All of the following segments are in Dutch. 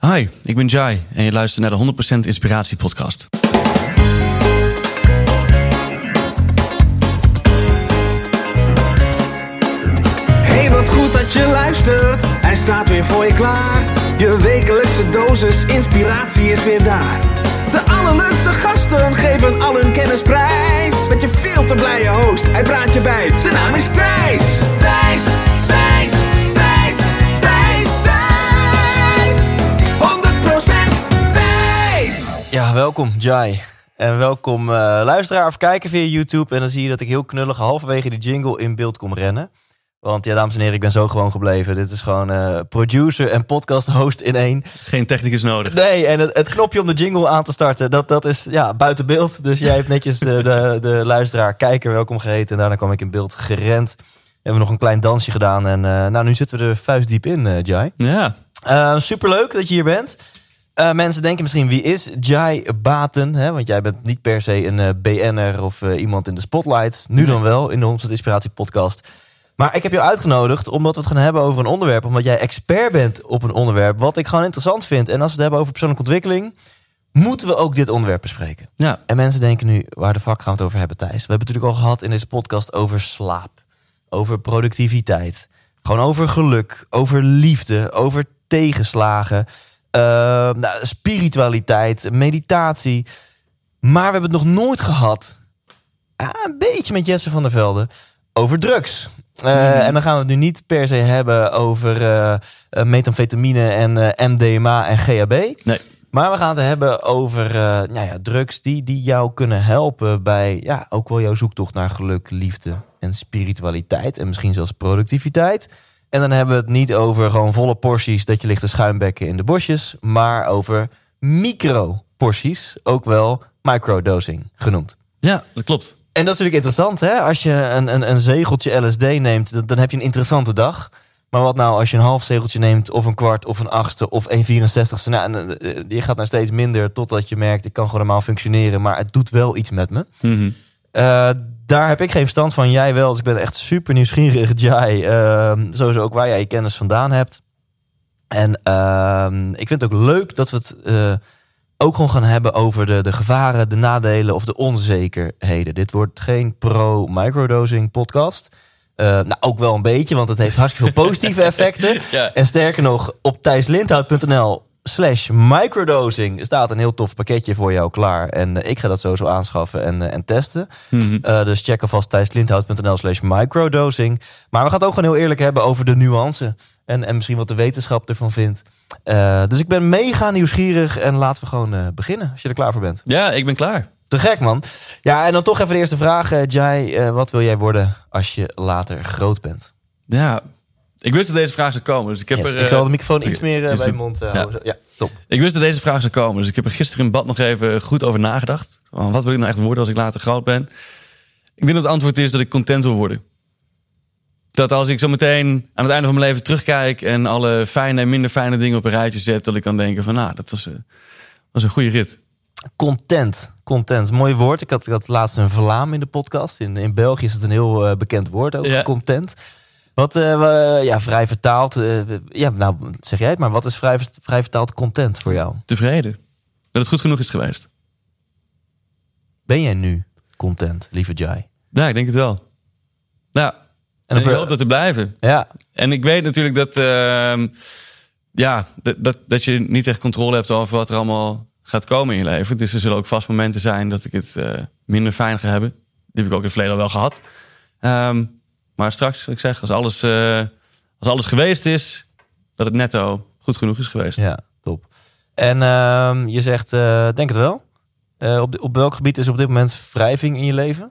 Hi, ik ben Jai en je luistert naar de 100% Inspiratie podcast. Hey, wat goed dat je luistert. Hij staat weer voor je klaar. Je wekelijkse dosis inspiratie is weer daar. De allerleukste gasten geven al hun kennis prijs. Met je veel te blije host, hij praat je bij. Zijn naam is Thijs. Thijs. 100% Thijs. Ja, welkom Jai. En welkom luisteraar of kijker via YouTube. En dan zie je dat ik heel knullig halverwege de jingle in beeld kom rennen. Want ja, dames en heren, ik ben zo gewoon gebleven. Dit is gewoon producer en podcast host in één. Geen technicus nodig. Nee, en het knopje om de jingle aan te starten, dat is ja, buiten beeld. Dus jij hebt netjes de luisteraar, kijker welkom geheten. En daarna kwam ik in beeld gerend. Hebben we nog een klein dansje gedaan. En nu zitten we er vuistdiep in, Jai. Ja. Superleuk dat je hier bent. Mensen denken misschien, wie is Jai Baten? Hè? Want jij bent niet per se een BN'er of iemand in de spotlights. Nu dan wel, in de 100% Inspiratie podcast. Maar ik heb jou uitgenodigd omdat we het gaan hebben over een onderwerp. Omdat jij expert bent op een onderwerp wat ik gewoon interessant vind. En als we het hebben over persoonlijke ontwikkeling, moeten we ook dit onderwerp bespreken. Ja. En mensen denken nu, waar de fuck gaan we het over hebben, Thijs? We hebben het natuurlijk al gehad in deze podcast over slaap. Over productiviteit. Gewoon over geluk. Over liefde. Over tegenslagen. Spiritualiteit. Meditatie. Maar we hebben het nog nooit gehad. Een beetje met Jesse van der Velde. Over drugs. En dan gaan we het nu niet per se hebben over methamfetamine en MDMA en GHB. Nee. Maar we gaan het hebben over drugs die jou kunnen helpen bij ook wel jouw zoektocht naar geluk, liefde en spiritualiteit. En misschien zelfs productiviteit. En dan hebben we het niet over gewoon volle porties dat je ligt te schuimbekken in de bosjes. Maar over microporties, ook wel microdosing genoemd. Ja, dat klopt. En dat is natuurlijk interessant, hè? Als je een zegeltje LSD neemt, dan heb je een interessante dag. Maar wat nou als je een half zegeltje neemt, of een kwart, of een achtste, of 1/64ste? Nou, je gaat naar steeds minder totdat je merkt, ik kan gewoon normaal functioneren, maar het doet wel iets met me. Mm-hmm. Daar heb ik geen verstand van, jij wel. Dus ik ben echt super nieuwsgierig, Jai. Sowieso ook waar jij je kennis vandaan hebt. En ik vind het ook leuk dat we het ook gewoon gaan hebben over de gevaren, de nadelen of de onzekerheden. Dit wordt geen pro-microdosing podcast. Ook wel een beetje, want het heeft hartstikke veel positieve effecten. Ja. En sterker nog, op thijslindhout.nl/microdosing staat een heel tof pakketje voor jou klaar. En ik ga dat sowieso aanschaffen en testen. Mm-hmm. Dus check alvast thijslindhout.nl/microdosing. Maar we gaan het ook gewoon heel eerlijk hebben over de nuance. En misschien wat de wetenschap ervan vindt. Dus ik ben mega nieuwsgierig en laten we gewoon beginnen, als je er klaar voor bent. Ja, ik ben klaar. Te gek, man. Ja, en dan toch even de eerste vraag, Jai. Wat wil jij worden als je later groot bent? Ja, ik wist dat deze vraag zou komen. Dus ik zal de microfoon iets meer bij de mond houden. Ja, top. Ik wist dat deze vraag zou komen. Dus ik heb er gisteren in bad nog even goed over nagedacht. Wat wil ik nou echt worden als ik later groot ben? Ik denk dat het antwoord is dat ik content wil worden. Dat als ik zo meteen aan het einde van mijn leven terugkijk en alle fijne en minder fijne dingen op een rijtje zet, dat ik kan denken van, dat was een goede rit. Content, mooi woord. Ik had laatst een Vlaam in de podcast. In België is het een heel bekend woord ook, ja. Content. Wat, vrij vertaald, zeg jij het maar. Wat is vrij vertaald content voor jou? Tevreden. Dat het goed genoeg is geweest. Ben jij nu content, lieve Jai? Ja, ik denk het wel. Ja. En ik hoop dat te blijven. Ja. En ik weet natuurlijk dat je niet echt controle hebt over wat er allemaal gaat komen in je leven. Dus er zullen ook vast momenten zijn dat ik het minder fijn ga hebben. Die heb ik ook in het verleden al wel gehad. Maar straks, ik zeg, als alles geweest is, dat het netto goed genoeg is geweest. Ja, top. En je zegt, denk het wel. Op welk gebied is op dit moment wrijving in je leven?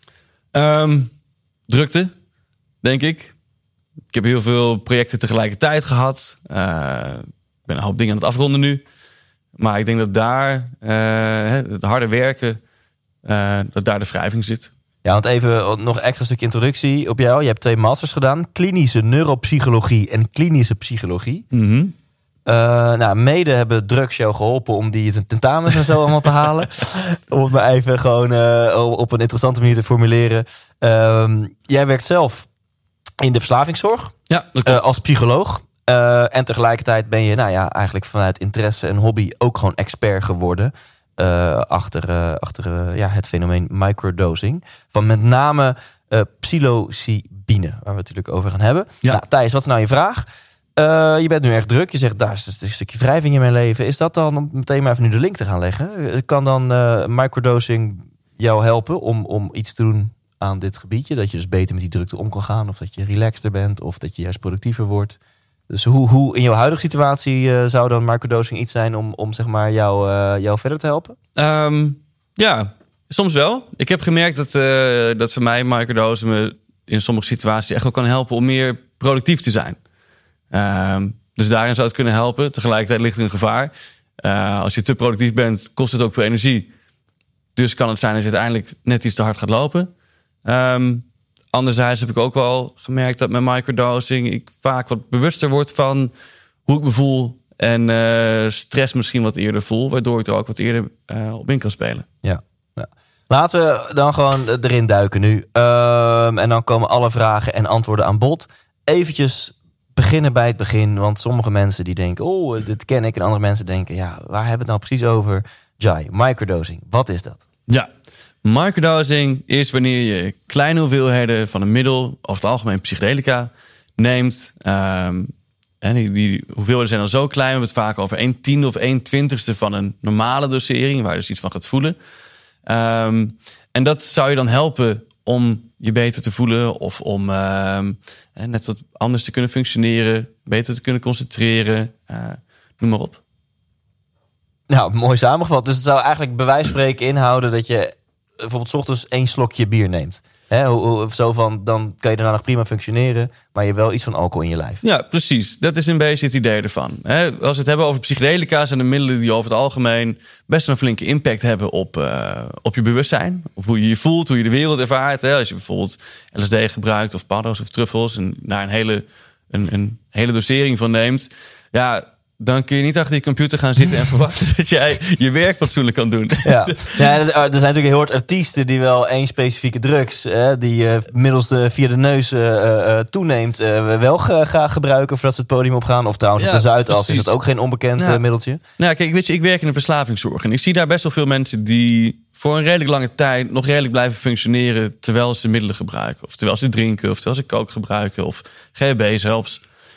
Drukte, denk ik. Ik heb heel veel projecten tegelijkertijd gehad. Ik ben een hoop dingen aan het afronden nu. Maar ik denk dat daar het harde werken, dat daar de wrijving zit. Ja, want even nog extra stukje introductie op jou. Je hebt 2 masters gedaan. Klinische neuropsychologie en klinische psychologie. Mm-hmm. Mede hebben drugs jou geholpen om die tentamens en zo allemaal te halen. Om het maar even gewoon op een interessante manier te formuleren. Jij werkt zelf in de verslavingszorg. Ja, dat klopt. Als psycholoog. En tegelijkertijd ben je eigenlijk vanuit interesse en hobby ook gewoon expert geworden. Achter het fenomeen microdosing. Van met name psilocybine, waar we het natuurlijk over gaan hebben. Ja. Nou, Thijs, wat is nou je vraag? Je bent nu echt druk. Je zegt, daar is een stukje wrijving in mijn leven. Is dat dan, om meteen maar even nu de link te gaan leggen? Kan dan microdosing jou helpen om iets te doen aan dit gebiedje? Dat je dus beter met die drukte om kan gaan. Of dat je relaxter bent. Of dat je juist productiever wordt. Dus hoe in jouw huidige situatie zou dan microdosing iets zijn om zeg maar jou verder te helpen? Ja, soms wel. Ik heb gemerkt dat voor mij microdosen me in sommige situaties echt wel kan helpen om meer productief te zijn. Dus daarin zou het kunnen helpen. Tegelijkertijd ligt er een gevaar. Als je te productief bent, kost het ook veel energie. Dus kan het zijn dat je uiteindelijk net iets te hard gaat lopen. Anderzijds heb ik ook wel gemerkt dat met microdosing ik vaak wat bewuster word van hoe ik me voel. En stress misschien wat eerder voel. Waardoor ik er ook wat eerder op in kan spelen. Ja. Laten we dan gewoon erin duiken nu. En dan komen alle vragen en antwoorden aan bod. Eventjes beginnen bij het begin. Want sommige mensen die denken, dit ken ik. En andere mensen denken, waar hebben we het nou precies over? Jai, microdosing, wat is dat? Ja, microdosing is wanneer je kleine hoeveelheden van een middel, over het algemeen psychedelica, neemt. En die hoeveelheden zijn dan zo klein, we hebben het vaak over 1/10 of 1/20 van een normale dosering, waar je dus iets van gaat voelen. En dat zou je dan helpen om je beter te voelen of om net wat anders te kunnen functioneren, beter te kunnen concentreren, noem maar op. Nou, mooi samengevat. Dus het zou eigenlijk bij wijze van spreken inhouden dat je bijvoorbeeld 's ochtends 1 slokje bier neemt. Dan kan je daarna nog prima functioneren, maar je hebt wel iets van alcohol in je lijf. Ja, precies. Dat is een beetje het idee ervan. Als we het hebben over psychedelica, zijn de middelen die over het algemeen best een flinke impact hebben op je bewustzijn. Op hoe je je voelt, hoe je de wereld ervaart. Als je bijvoorbeeld LSD gebruikt of paddo's of truffels en daar een hele dosering van neemt. Ja, dan kun je niet achter je computer gaan zitten en verwachten dat jij je werk fatsoenlijk kan doen. Ja. Er zijn natuurlijk heel wat artiesten die wel één specifieke drugs, die middels via de neus toeneemt, wel graag gebruiken voordat ze het podium opgaan. Of trouwens op de Zuidas is dat ook geen onbekend middeltje. Nou, kijk, weet je, ik werk in de verslavingszorg en ik zie daar best wel veel mensen die voor een redelijk lange tijd nog redelijk blijven functioneren terwijl ze middelen gebruiken. Of terwijl ze drinken, of terwijl ze coke gebruiken, of GHB zelfs.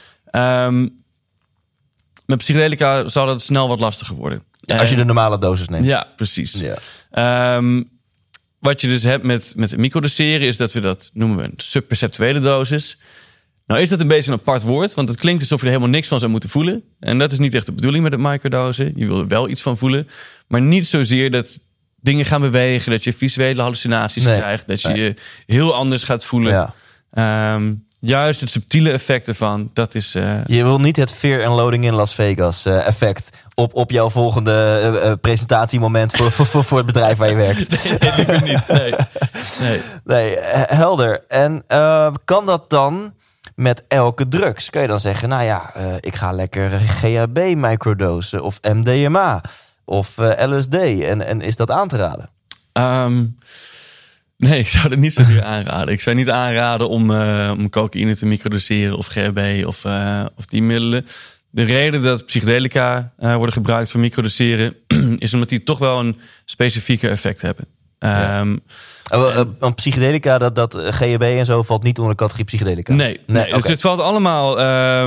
Met psychedelica zou dat snel wat lastiger worden. Als je de normale dosis neemt. Ja, precies. Ja. Wat je dus hebt met microdoseren is dat dat noemen we een subperceptuele dosis. Nou is dat een beetje een apart woord, want het klinkt alsof je er helemaal niks van zou moeten voelen. En dat is niet echt de bedoeling met het microdosen. Je wil er wel iets van voelen, maar niet zozeer dat dingen gaan bewegen, dat je visuele hallucinaties krijgt, dat je je heel anders gaat voelen. Ja. Juist het subtiele effect ervan, dat is... Je wil niet het Fear and Loading in Las Vegas effect op jouw volgende presentatiemoment voor het bedrijf waar je werkt. Nee, liever niet. Nee, helder. En kan dat dan met elke drugs? Kan je dan zeggen, ik ga lekker GHB microdosen of MDMA of LSD. En is dat aan te raden? Nee, ik zou het niet zozeer aanraden. Ik zou niet aanraden om cocaïne te microdoseren of GHB of die middelen. De reden dat psychedelica worden gebruikt voor microdoseren is omdat die toch wel een specifieke effect hebben. Want psychedelica, dat GHB en zo valt niet onder de categorie psychedelica? Nee. Okay. Dus het valt allemaal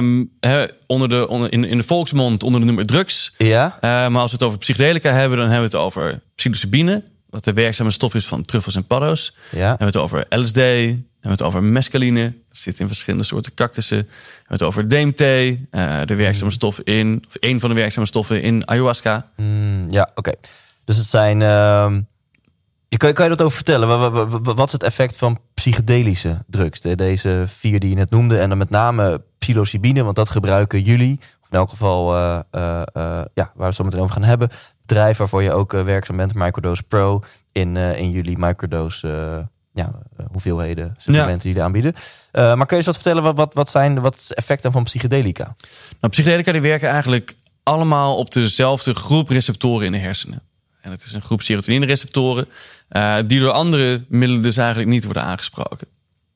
in de volksmond onder de noemer drugs. Ja. Maar als we het over psychedelica hebben, dan hebben we het over psilocybine, wat de werkzame stof is van truffels en paddo's. Ja. Hebben we het over LSD, hebben we het over mescaline. Dat zit in verschillende soorten cactussen. Hebben we het over DMT, de werkzame stof een van de werkzame stoffen in ayahuasca. Oké. Dus het zijn... Kan je dat over vertellen? Wat is het effect van psychedelische drugs? Deze 4 die je net noemde. En dan met name psilocybine, want dat gebruiken jullie. Of in elk geval, waar we het zo meteen over gaan hebben. Bedrijf waarvoor je ook werkzaam bent, Microdose Pro. In jullie microdose hoeveelheden supplementen die je aanbieden. Maar kun je eens wat vertellen, wat zijn de effecten van psychedelica? Nou, psychedelica die werken eigenlijk allemaal op dezelfde groep receptoren in de hersenen. En het is een groep serotonine-receptoren die door andere middelen dus eigenlijk niet worden aangesproken.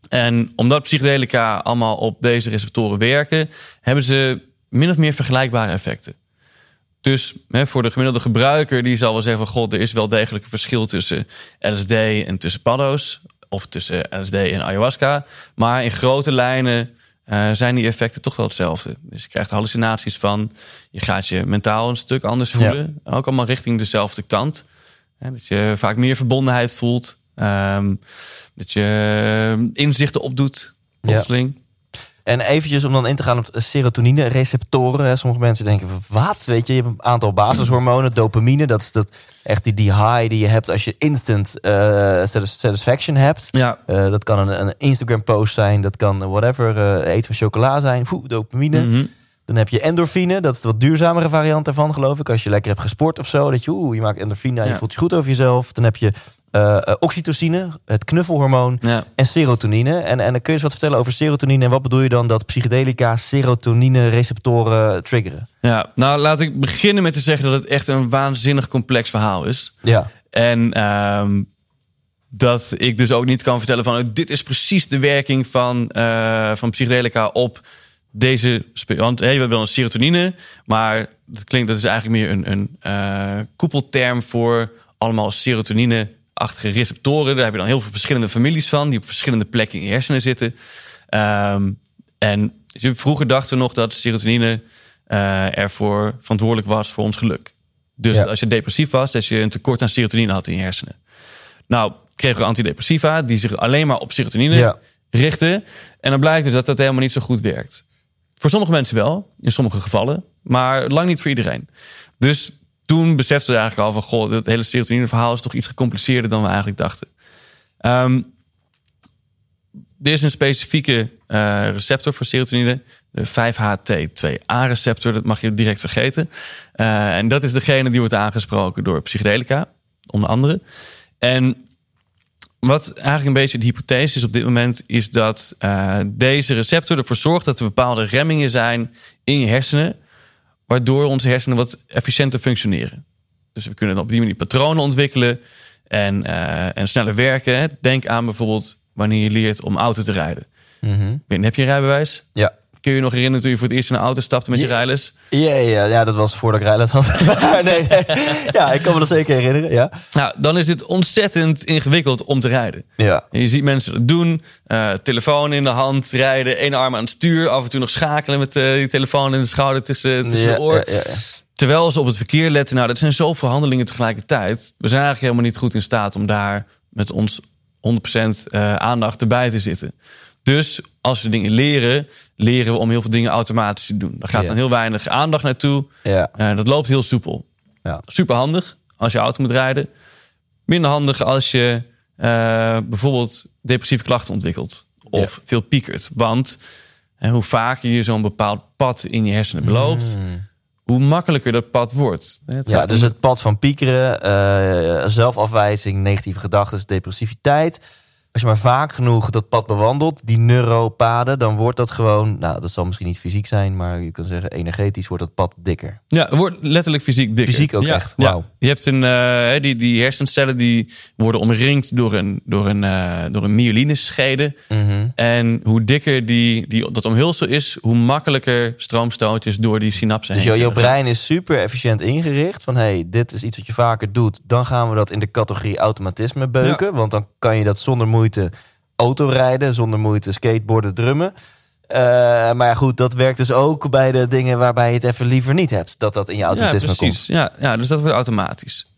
En omdat psychedelica allemaal op deze receptoren werken, hebben ze min of meer vergelijkbare effecten. Dus voor de gemiddelde gebruiker, die zal wel zeggen van god, er is wel degelijk een verschil tussen LSD en tussen paddo's. Of tussen LSD en ayahuasca. Maar in grote lijnen zijn die effecten toch wel hetzelfde. Dus je krijgt hallucinaties van. Je gaat je mentaal een stuk anders voelen. Ja. Ook allemaal richting dezelfde kant. Dat je vaak meer verbondenheid voelt. Dat je inzichten opdoet. Plotseling. Ja. En eventjes om dan in te gaan op serotonine-receptoren. Sommige mensen denken, wat? Weet je hebt een aantal basishormonen. Dopamine, dat is echt die high die je hebt als je instant satisfaction hebt. Ja. Dat kan een Instagram-post zijn. Dat kan whatever, eten van chocola zijn. Dopamine. Mm-hmm. Dan heb je endorfine. Dat is de wat duurzamere variant daarvan, geloof ik. Als je lekker hebt gesport of zo. Dat je maakt endorfine en je voelt je goed over jezelf. Dan heb je oxytocine, het knuffelhormoon, en serotonine. En dan kun je eens wat vertellen over serotonine. En wat bedoel je dan dat psychedelica serotonine-receptoren triggeren? Ja, nou laat ik beginnen met te zeggen dat het echt een waanzinnig complex verhaal is. Ja. En dat ik dus ook niet kan vertellen van dit is precies de werking van psychedelica op deze... Want je hebt wel een serotonine, maar dat is eigenlijk meer een koepelterm voor allemaal serotonine-achtige receptoren. Daar heb je dan heel veel verschillende families van, die op verschillende plekken in je hersenen zitten. En vroeger dachten we nog dat serotonine ervoor verantwoordelijk was voor ons geluk. Dus als je depressief was, dat je een tekort aan serotonine had in je hersenen. Nou, kregen we antidepressiva die zich alleen maar op serotonine richten. En dan blijkt dus dat dat helemaal niet zo goed werkt. Voor sommige mensen wel, in sommige gevallen, maar lang niet voor iedereen. Dus toen beseften we eigenlijk al van het hele serotonine verhaal is toch iets gecompliceerder dan we eigenlijk dachten. Er is een specifieke receptor voor serotonine, de 5-HT2A-receptor, dat mag je direct vergeten. En dat is degene die wordt aangesproken door psychedelica, onder andere. En wat eigenlijk een beetje de hypothese is op dit moment, is dat deze receptor ervoor zorgt dat er bepaalde remmingen zijn in je hersenen, waardoor onze hersenen wat efficiënter functioneren. Dus we kunnen op die manier patronen ontwikkelen en sneller werken. Denk aan bijvoorbeeld wanneer je leert om auto te rijden. Mm-hmm. Heb je een rijbewijs? Ja. Kun je je nog herinneren toen je voor het eerst in een auto stapte met je rijles? Ja, dat was voordat ik rijles had. nee. Ja, ik kan me dat zeker herinneren. Ja. Nou, dan is het ontzettend ingewikkeld om te rijden. Ja. En je ziet mensen dat doen. Telefoon in de hand, rijden, één arm aan het stuur. Af en toe nog schakelen met die telefoon in de schouder tussen de oor. Ja. Terwijl ze op het verkeer letten. Nou, dat zijn zoveel handelingen tegelijkertijd. We zijn eigenlijk helemaal niet goed in staat om daar met ons 100% aandacht erbij te zitten. Dus als we dingen leren we om heel veel dingen automatisch te doen. Daar gaat dan heel weinig aandacht naartoe. Ja. Dat loopt heel soepel. Ja. Super handig als je auto moet rijden. Minder handig als je bijvoorbeeld depressieve klachten ontwikkelt. Of veel piekert. Want hoe vaker je zo'n bepaald pad in je hersenen beloopt, hoe makkelijker dat pad wordt. Dus het pad van piekeren, zelfafwijzing, negatieve gedachten, depressiviteit. Als je maar vaak genoeg dat pad bewandelt, die neuropaden, dan wordt dat gewoon, dat zal misschien niet fysiek zijn, maar je kan zeggen energetisch wordt dat pad dikker. Ja, het wordt letterlijk fysiek dikker. Fysiek ook echt, wauw. Ja. Je hebt die hersencellen die worden omringd door een myelineschede. Mm-hmm. En hoe dikker dat omhulsel is, hoe makkelijker stroomstootjes door die synapsen heen. Dus jouw brein is super efficiënt ingericht van dit is iets wat je vaker doet. Dan gaan we dat in de categorie automatisme beuken, want dan kan je dat zonder moeite autorijden, zonder moeite skateboarden, drummen. Maar goed, dat werkt dus ook bij de dingen waarbij je het even liever niet hebt. Dat in je automatisme komt. Ja, dus dat wordt automatisch.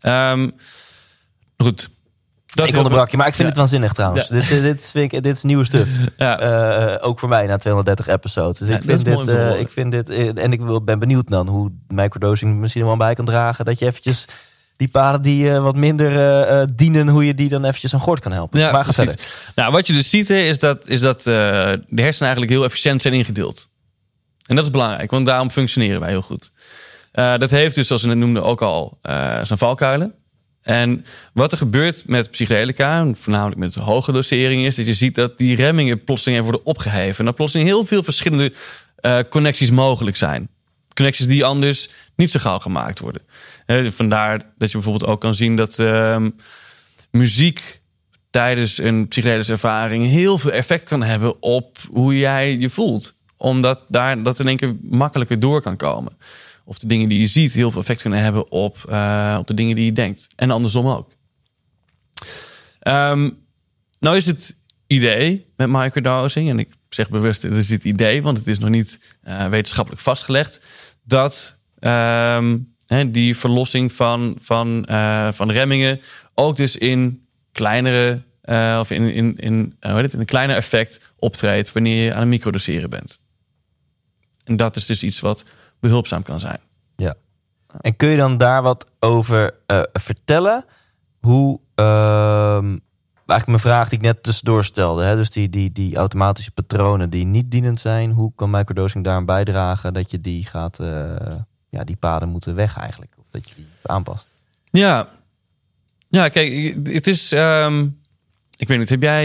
Goed. Ik onderbrak je, maar ik vind het waanzinnig trouwens. Ja. Dit is nieuwe stuff. Ook voor mij na 230 episodes. Dus ik vind dit. En ik ben benieuwd dan hoe microdosing misschien wel bij kan dragen. Dat je eventjes die paden die wat minder dienen, hoe je die dan eventjes aan gort kan helpen. Ja, maar ga verder. Nou, wat je dus ziet is dat de hersenen eigenlijk heel efficiënt zijn ingedeeld. En dat is belangrijk, want daarom functioneren wij heel goed. Dat heeft dus, zoals we net noemden, ook al zijn valkuilen. En wat er gebeurt met psychedelica, voornamelijk met hoge doseringen, is dat je ziet dat die remmingen plotseling even worden opgeheven. En dat plotseling heel veel verschillende connecties mogelijk zijn. Connecties die anders niet zo gauw gemaakt worden. Vandaar dat je bijvoorbeeld ook kan zien dat muziek tijdens een psychedelische ervaring heel veel effect kan hebben op hoe jij je voelt. Omdat dat in één keer makkelijker door kan komen. Of de dingen die je ziet heel veel effect kunnen hebben op de dingen die je denkt. En andersom ook. Nou is het idee met microdosing, en ik zeg bewust, het is het idee, want het is nog niet wetenschappelijk vastgelegd, dat die verlossing van remmingen ook dus in kleinere of in een kleiner effect optreedt wanneer je aan het microdoseren bent. En dat is dus iets wat behulpzaam kan zijn. Ja. En kun je dan daar wat over vertellen? Hoe eigenlijk mijn vraag die ik net tussendoor stelde, hè? Dus die automatische patronen die niet dienend zijn, hoe kan microdosing daaraan bijdragen dat je die gaat, die paden moeten weg eigenlijk, of dat je die aanpast? Ja, kijk, het is, ik weet niet,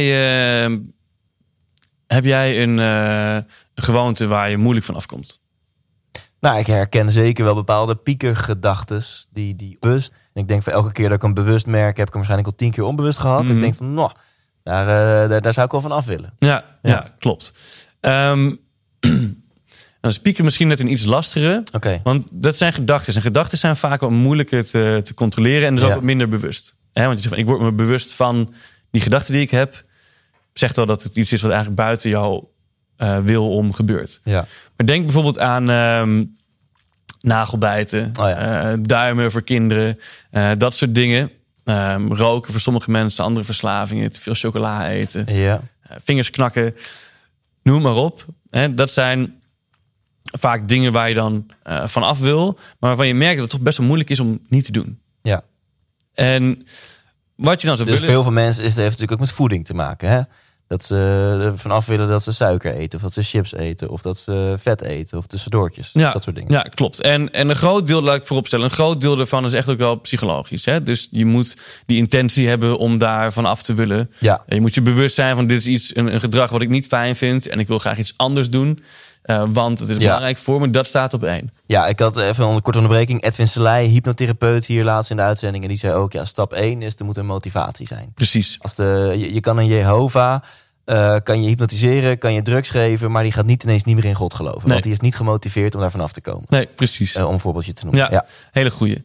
heb jij een gewoonte waar je moeilijk van afkomt? Nou, ik herken zeker wel bepaalde piekergedachtes die bewust. En ik denk van elke keer dat ik hem bewust merk, heb ik hem waarschijnlijk al 10 keer onbewust gehad. Mm-hmm. En ik denk van, daar zou ik wel van af willen. Ja, klopt. Dan is piekeren misschien net een iets lastigere. Okay. Want dat zijn gedachten. En gedachten zijn vaak wat moeilijker te controleren. En dus ook wat minder bewust. Want je zegt van, ik word me bewust van die gedachten die ik heb. Zegt wel dat het iets is wat eigenlijk buiten jouw wil om gebeurt. Ja. Maar denk bijvoorbeeld aan nagelbijten, duimen voor kinderen, dat soort dingen. Roken voor sommige mensen, andere verslavingen, te veel chocola eten, vingers knakken, noem maar op. Dat zijn vaak dingen waar je dan van af wil, maar waarvan je merkt dat het toch best wel moeilijk is om niet te doen. Ja. En wat je dan zou dus willen... veel van mensen heeft natuurlijk ook met voeding te maken, hè? Dat ze ervan af willen dat ze suiker eten, of dat ze chips eten, of dat ze vet eten, of tussendoortjes. Dat soort dingen. Ja, klopt. En een groot deel, laat ik vooropstellen, een groot deel daarvan is echt ook wel psychologisch. Hè? Dus je moet die intentie hebben om daar van af te willen. Ja. Je moet je bewust zijn van dit is iets, een gedrag wat ik niet fijn vind en ik wil graag iets anders doen. Want het is belangrijk voor me, dat staat op 1. Ja, ik had even een korte onderbreking. Edwin Selei, hypnotherapeut hier laatst in de uitzending. En die zei ook, stap 1 is, er moet een motivatie zijn. Precies. Je kan een Jehovah, kan je hypnotiseren, kan je drugs geven, maar die gaat niet ineens niet meer in God geloven. Nee. Want die is niet gemotiveerd om daar vanaf te komen. Nee, precies. Om een voorbeeldje te noemen. Ja. Hele goeie.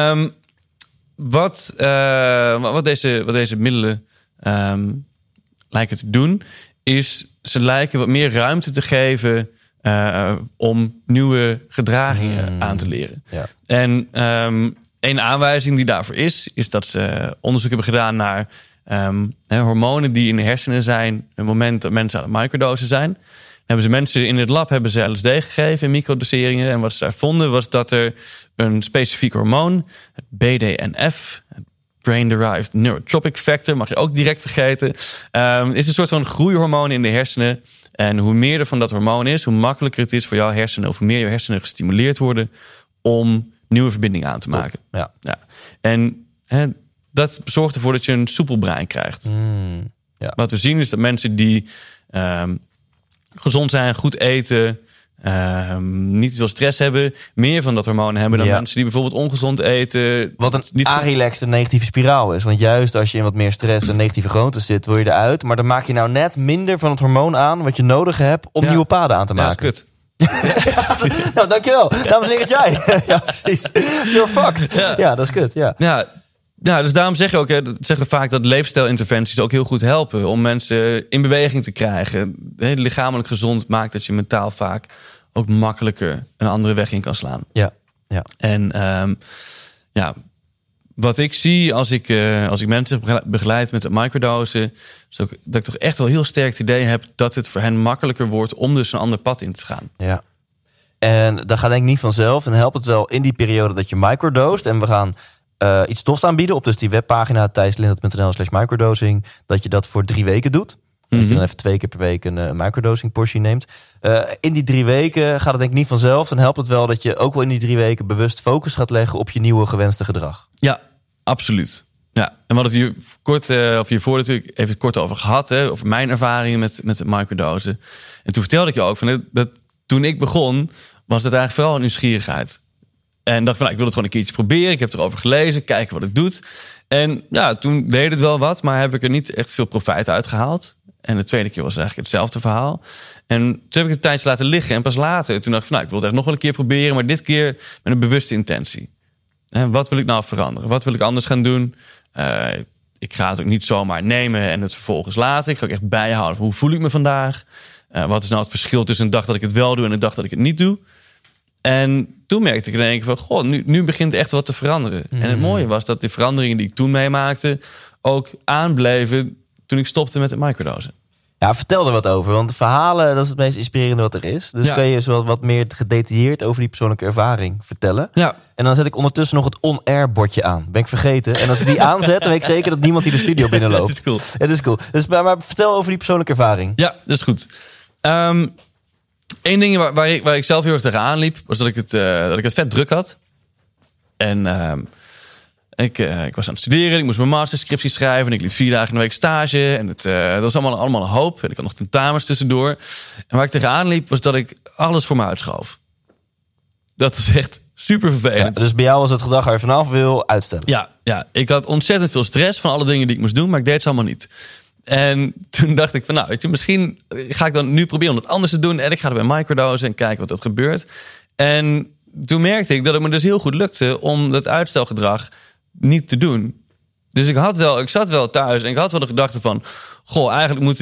Wat deze middelen lijken te doen, is ze lijken wat meer ruimte te geven om nieuwe gedragingen aan te leren. Ja. En een aanwijzing die daarvoor is dat ze onderzoek hebben gedaan naar hormonen die in de hersenen zijn op het moment dat mensen aan het microdosen zijn. Dan hebben ze mensen in het lab LSD gegeven in microdoseringen. En wat ze daar vonden was dat er een specifiek hormoon, het BDNF, Brain-Derived Neurotropic Factor, mag je ook direct vergeten, is een soort van groeihormoon in de hersenen. En hoe meer er van dat hormoon is, hoe makkelijker het is voor jouw hersenen, of hoe meer jouw hersenen gestimuleerd worden om nieuwe verbindingen aan te maken. Ja. En dat zorgt ervoor dat je een soepel brein krijgt. Wat we zien is dat mensen die gezond zijn, goed eten, niet veel stress hebben, meer van dat hormoon hebben dan mensen die bijvoorbeeld ongezond eten. Wat een relaxed een negatieve spiraal is. Want juist als je in wat meer stress en negatieve gewoontes zit, wil je eruit. Maar dan maak je nou net minder van het hormoon aan wat je nodig hebt om nieuwe paden aan te maken. Ja, dat is kut. Nou, dankjewel. Dames en heren, Jai. Ja, precies. You're fucked. Ja, dat is kut. Ja, dus daarom zeggen we vaak dat leefstijlinterventies ook heel goed helpen om mensen in beweging te krijgen. Lichamelijk gezond maakt dat je mentaal vaak ook makkelijker een andere weg in kan slaan. Ja. En wat ik zie als ik mensen begeleid met het microdosen, is ook dat ik toch echt wel heel sterk het idee heb dat het voor hen makkelijker wordt om dus een ander pad in te gaan. Ja. En dat gaat denk ik niet vanzelf. En helpt het wel in die periode dat je microdoost. En we gaan iets tofs aanbieden op dus die webpagina thijslindert.nl/microdosing. Dat je dat voor 3 weken doet. Dat je dan even 2 keer per week een microdosing portie neemt. In die 3 weken gaat het denk ik niet vanzelf. Dan helpt het wel dat je ook wel in die 3 weken bewust focus gaat leggen op je nieuwe gewenste gedrag. Ja, absoluut. Ja, en we hadden het hiervoor natuurlijk even kort over gehad. Over mijn ervaringen met het microdosen. En toen vertelde ik je ook van dat toen ik begon, was het eigenlijk vooral nieuwsgierigheid. En dacht van, ik wil het gewoon een keertje proberen. Ik heb erover gelezen, kijken wat het doet. En ja, toen deed het wel wat, maar heb ik er niet echt veel profijt uit gehaald. En de tweede keer was eigenlijk hetzelfde verhaal. En toen heb ik het een tijdje laten liggen. En pas later, toen dacht ik van, ik wil het echt nog wel een keer proberen. Maar dit keer met een bewuste intentie. En wat wil ik nou veranderen? Wat wil ik anders gaan doen? Ik ga het ook niet zomaar nemen en het vervolgens laten. Ik ga ook echt bijhouden van, hoe voel ik me vandaag? Wat is nou het verschil tussen een dag dat ik het wel doe en een dag dat ik het niet doe? En toen merkte ik in één keer van, nu begint echt wat te veranderen. En het mooie was dat de veranderingen die ik toen meemaakte ook aanbleven toen ik stopte met het microdosen. Ja, vertel er wat over. Want verhalen, dat is het meest inspirerende wat er is. Dus kan je zo wat meer gedetailleerd over die persoonlijke ervaring vertellen. Ja. En dan zet ik ondertussen nog het on-air bordje aan. Ben ik vergeten. En als ik die aanzet, dan weet ik zeker dat niemand hier de studio binnenloopt. Dat is cool. Het is cool. Dus, maar vertel over die persoonlijke ervaring. Ja, dat is goed. Eén ding waar ik zelf heel erg tegenaan liep, was dat ik het vet druk had. En ik was aan het studeren, ik moest mijn masterscriptie schrijven. En ik liep 4 dagen in de week stage. En dat was allemaal een hoop. En ik had nog tentamens tussendoor. En waar ik tegenaan liep, was dat ik alles voor me uitschoof. Dat is echt super vervelend. Ja, dus bij jou was het gedrag waar je vanaf wil uitstellen. Ja, ik had ontzettend veel stress van alle dingen die ik moest doen, maar ik deed ze allemaal niet. En toen dacht ik van, weet je, misschien ga ik dan nu proberen om het anders te doen. En ik ga er bij microdosen en kijken wat er gebeurt. En toen merkte ik dat het me dus heel goed lukte om dat uitstelgedrag niet te doen. Dus ik zat wel thuis en ik had wel de gedachte van, eigenlijk moet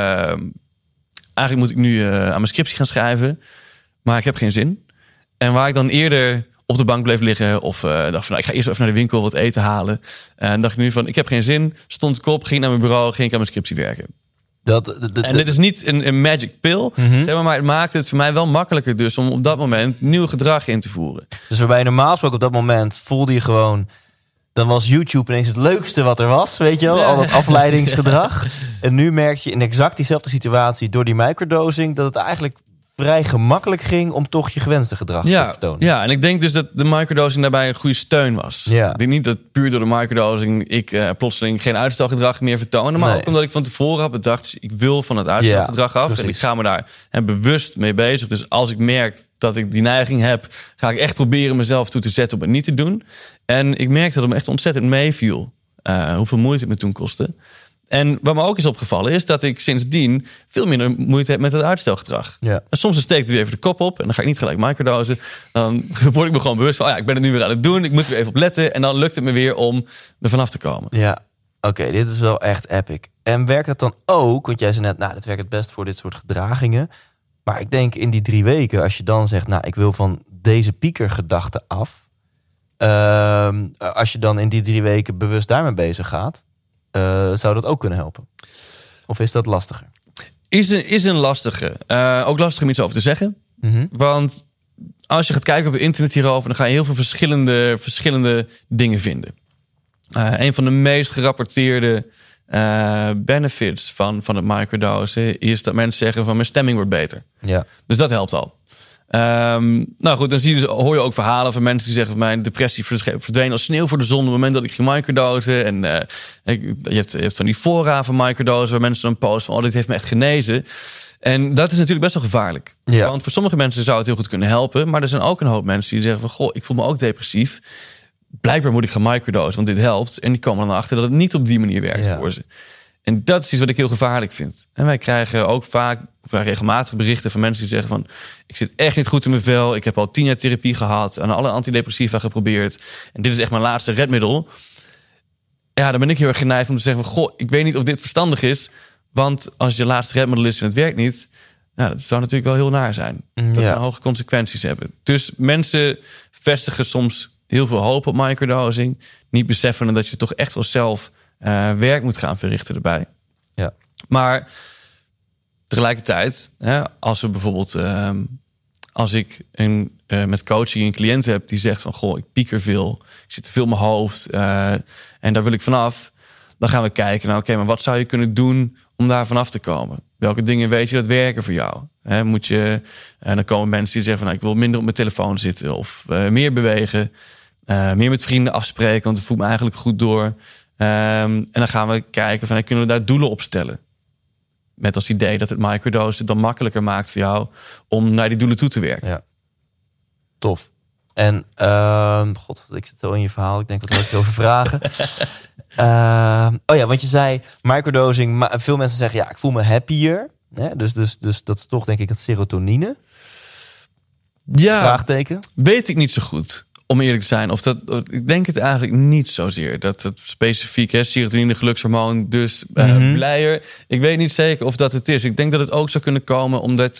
ik nu aan mijn scriptie gaan schrijven, maar ik heb geen zin. En waar ik dan eerder op de bank bleef liggen of dacht van, ik ga eerst even naar de winkel wat eten halen. En dacht ik nu van, ik heb geen zin. Stond ik op, ging naar mijn bureau, ging ik aan mijn scriptie werken. En dit is niet een magic pill, zeg maar het maakte het voor mij wel makkelijker dus om op dat moment nieuw gedrag in te voeren. Dus waarbij je normaal gesproken op dat moment voelde je gewoon, dan was YouTube ineens het leukste wat er was, weet je wel, al dat afleidingsgedrag. En nu merk je in exact diezelfde situatie door die microdosing dat het eigenlijk vrij gemakkelijk ging om toch je gewenste gedrag te vertonen. Ja, en ik denk dus dat de microdosing daarbij een goede steun was. Ja. Ik denk niet dat puur door de microdosing ik plotseling geen uitstelgedrag meer vertoonde, maar ook omdat ik van tevoren had bedacht, dus ik wil van het uitstelgedrag af. Precies. En ik ga me daar bewust mee bezig. Dus als ik merk dat ik die neiging heb, ga ik echt proberen mezelf toe te zetten om het niet te doen. En ik merkte dat het me echt ontzettend meeviel. Hoeveel moeite het me toen kostte. En wat me ook is opgevallen is dat ik sindsdien veel minder moeite heb met het uitstelgedrag. Ja. En soms steek ik weer even de kop op en dan ga ik niet gelijk microdosen. Dan word ik me gewoon bewust van, ik ben het nu weer aan het doen. Ik moet er weer even op letten. En dan lukt het me weer om er vanaf te komen. Ja, oké, dit is wel echt epic. En werkt het dan ook, want jij zei net, dat werkt het best voor dit soort gedragingen. Maar ik denk in die 3 weken, als je dan zegt, ik wil van deze piekergedachte af. Als je dan in die 3 weken bewust daarmee bezig gaat, zou dat ook kunnen helpen? Of is dat lastiger? Is een lastige. Ook lastig om iets over te zeggen. Mm-hmm. Want als je gaat kijken op het internet hierover, dan ga je heel veel verschillende dingen vinden. Een van de meest gerapporteerde benefits van het microdosen is dat mensen zeggen van, mijn stemming wordt beter. Ja. Dus dat helpt al. Nou goed, dan hoor je ook verhalen van mensen die zeggen van, mijn depressie verdween als sneeuw voor de zon op het moment dat ik ging microdosen. En je hebt van die fora van microdosen waar mensen dan posten van, dit heeft me echt genezen. En dat is natuurlijk best wel gevaarlijk. Ja. Want voor sommige mensen zou het heel goed kunnen helpen, maar er zijn ook een hoop mensen die zeggen van, ik voel me ook depressief. Blijkbaar moet ik gaan microdosen, want dit helpt. En die komen dan achter dat het niet op die manier werkt voor ze. En dat is iets wat ik heel gevaarlijk vind. En wij krijgen ook vaak regelmatig berichten van mensen die zeggen van, ik zit echt niet goed in mijn vel. Ik heb al 10 jaar therapie gehad, aan alle antidepressiva geprobeerd. En dit is echt mijn laatste redmiddel. Ja, dan ben ik heel erg geneigd om te zeggen van, ik weet niet of dit verstandig is. Want als je laatste redmiddel is en het werkt niet, dat zou natuurlijk wel heel naar zijn. Dat kan hoge consequenties hebben. Dus mensen vestigen soms heel veel hoop op microdosing. Niet beseffen dat je toch echt wel zelf werk moet gaan verrichten erbij. Ja. Maar tegelijkertijd, als we bijvoorbeeld, als ik met coaching een cliënt heb die zegt van, ik pieker veel, ik zit te veel in mijn hoofd en daar wil ik vanaf, dan gaan we kijken, maar wat zou je kunnen doen om daar vanaf te komen? Welke dingen weet je dat werken voor jou? Dan komen mensen die zeggen van, ik wil minder op mijn telefoon zitten of meer bewegen, meer met vrienden afspreken, want het voelt me eigenlijk goed door. En dan gaan we kijken van, kunnen we daar doelen op stellen? Met als idee dat het microdosen dan makkelijker maakt voor jou om naar die doelen toe te werken. Ja. Tof. En, ik zit zo in je verhaal. Ik denk, wat wil ik erover vragen? Want je zei microdosing. Maar veel mensen zeggen, ja, ik voel me happier. Ja, dus dat is toch, denk ik, het serotonine. Ja, vraagteken. Weet ik niet zo goed, om eerlijk te zijn. Ik denk het eigenlijk niet zozeer. Dat het specifiek is, serotonine, gelukshormoon, dus blijer. Ik weet niet zeker of dat het is. Ik denk dat het ook zou kunnen komen omdat...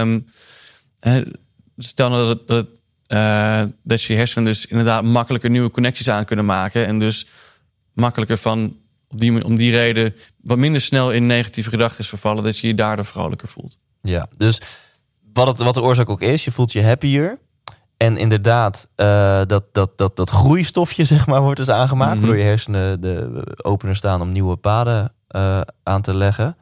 stel nou dat je hersenen dus inderdaad makkelijker nieuwe connecties aan kunnen maken. En dus makkelijker om die reden wat minder snel in negatieve gedachten vervallen. Dat je je daardoor vrolijker voelt. Ja, dus wat de oorzaak ook is, je voelt je happier. En inderdaad, dat groeistofje, zeg maar, wordt dus aangemaakt. Waardoor je hersenen de opener staan om nieuwe paden aan te leggen.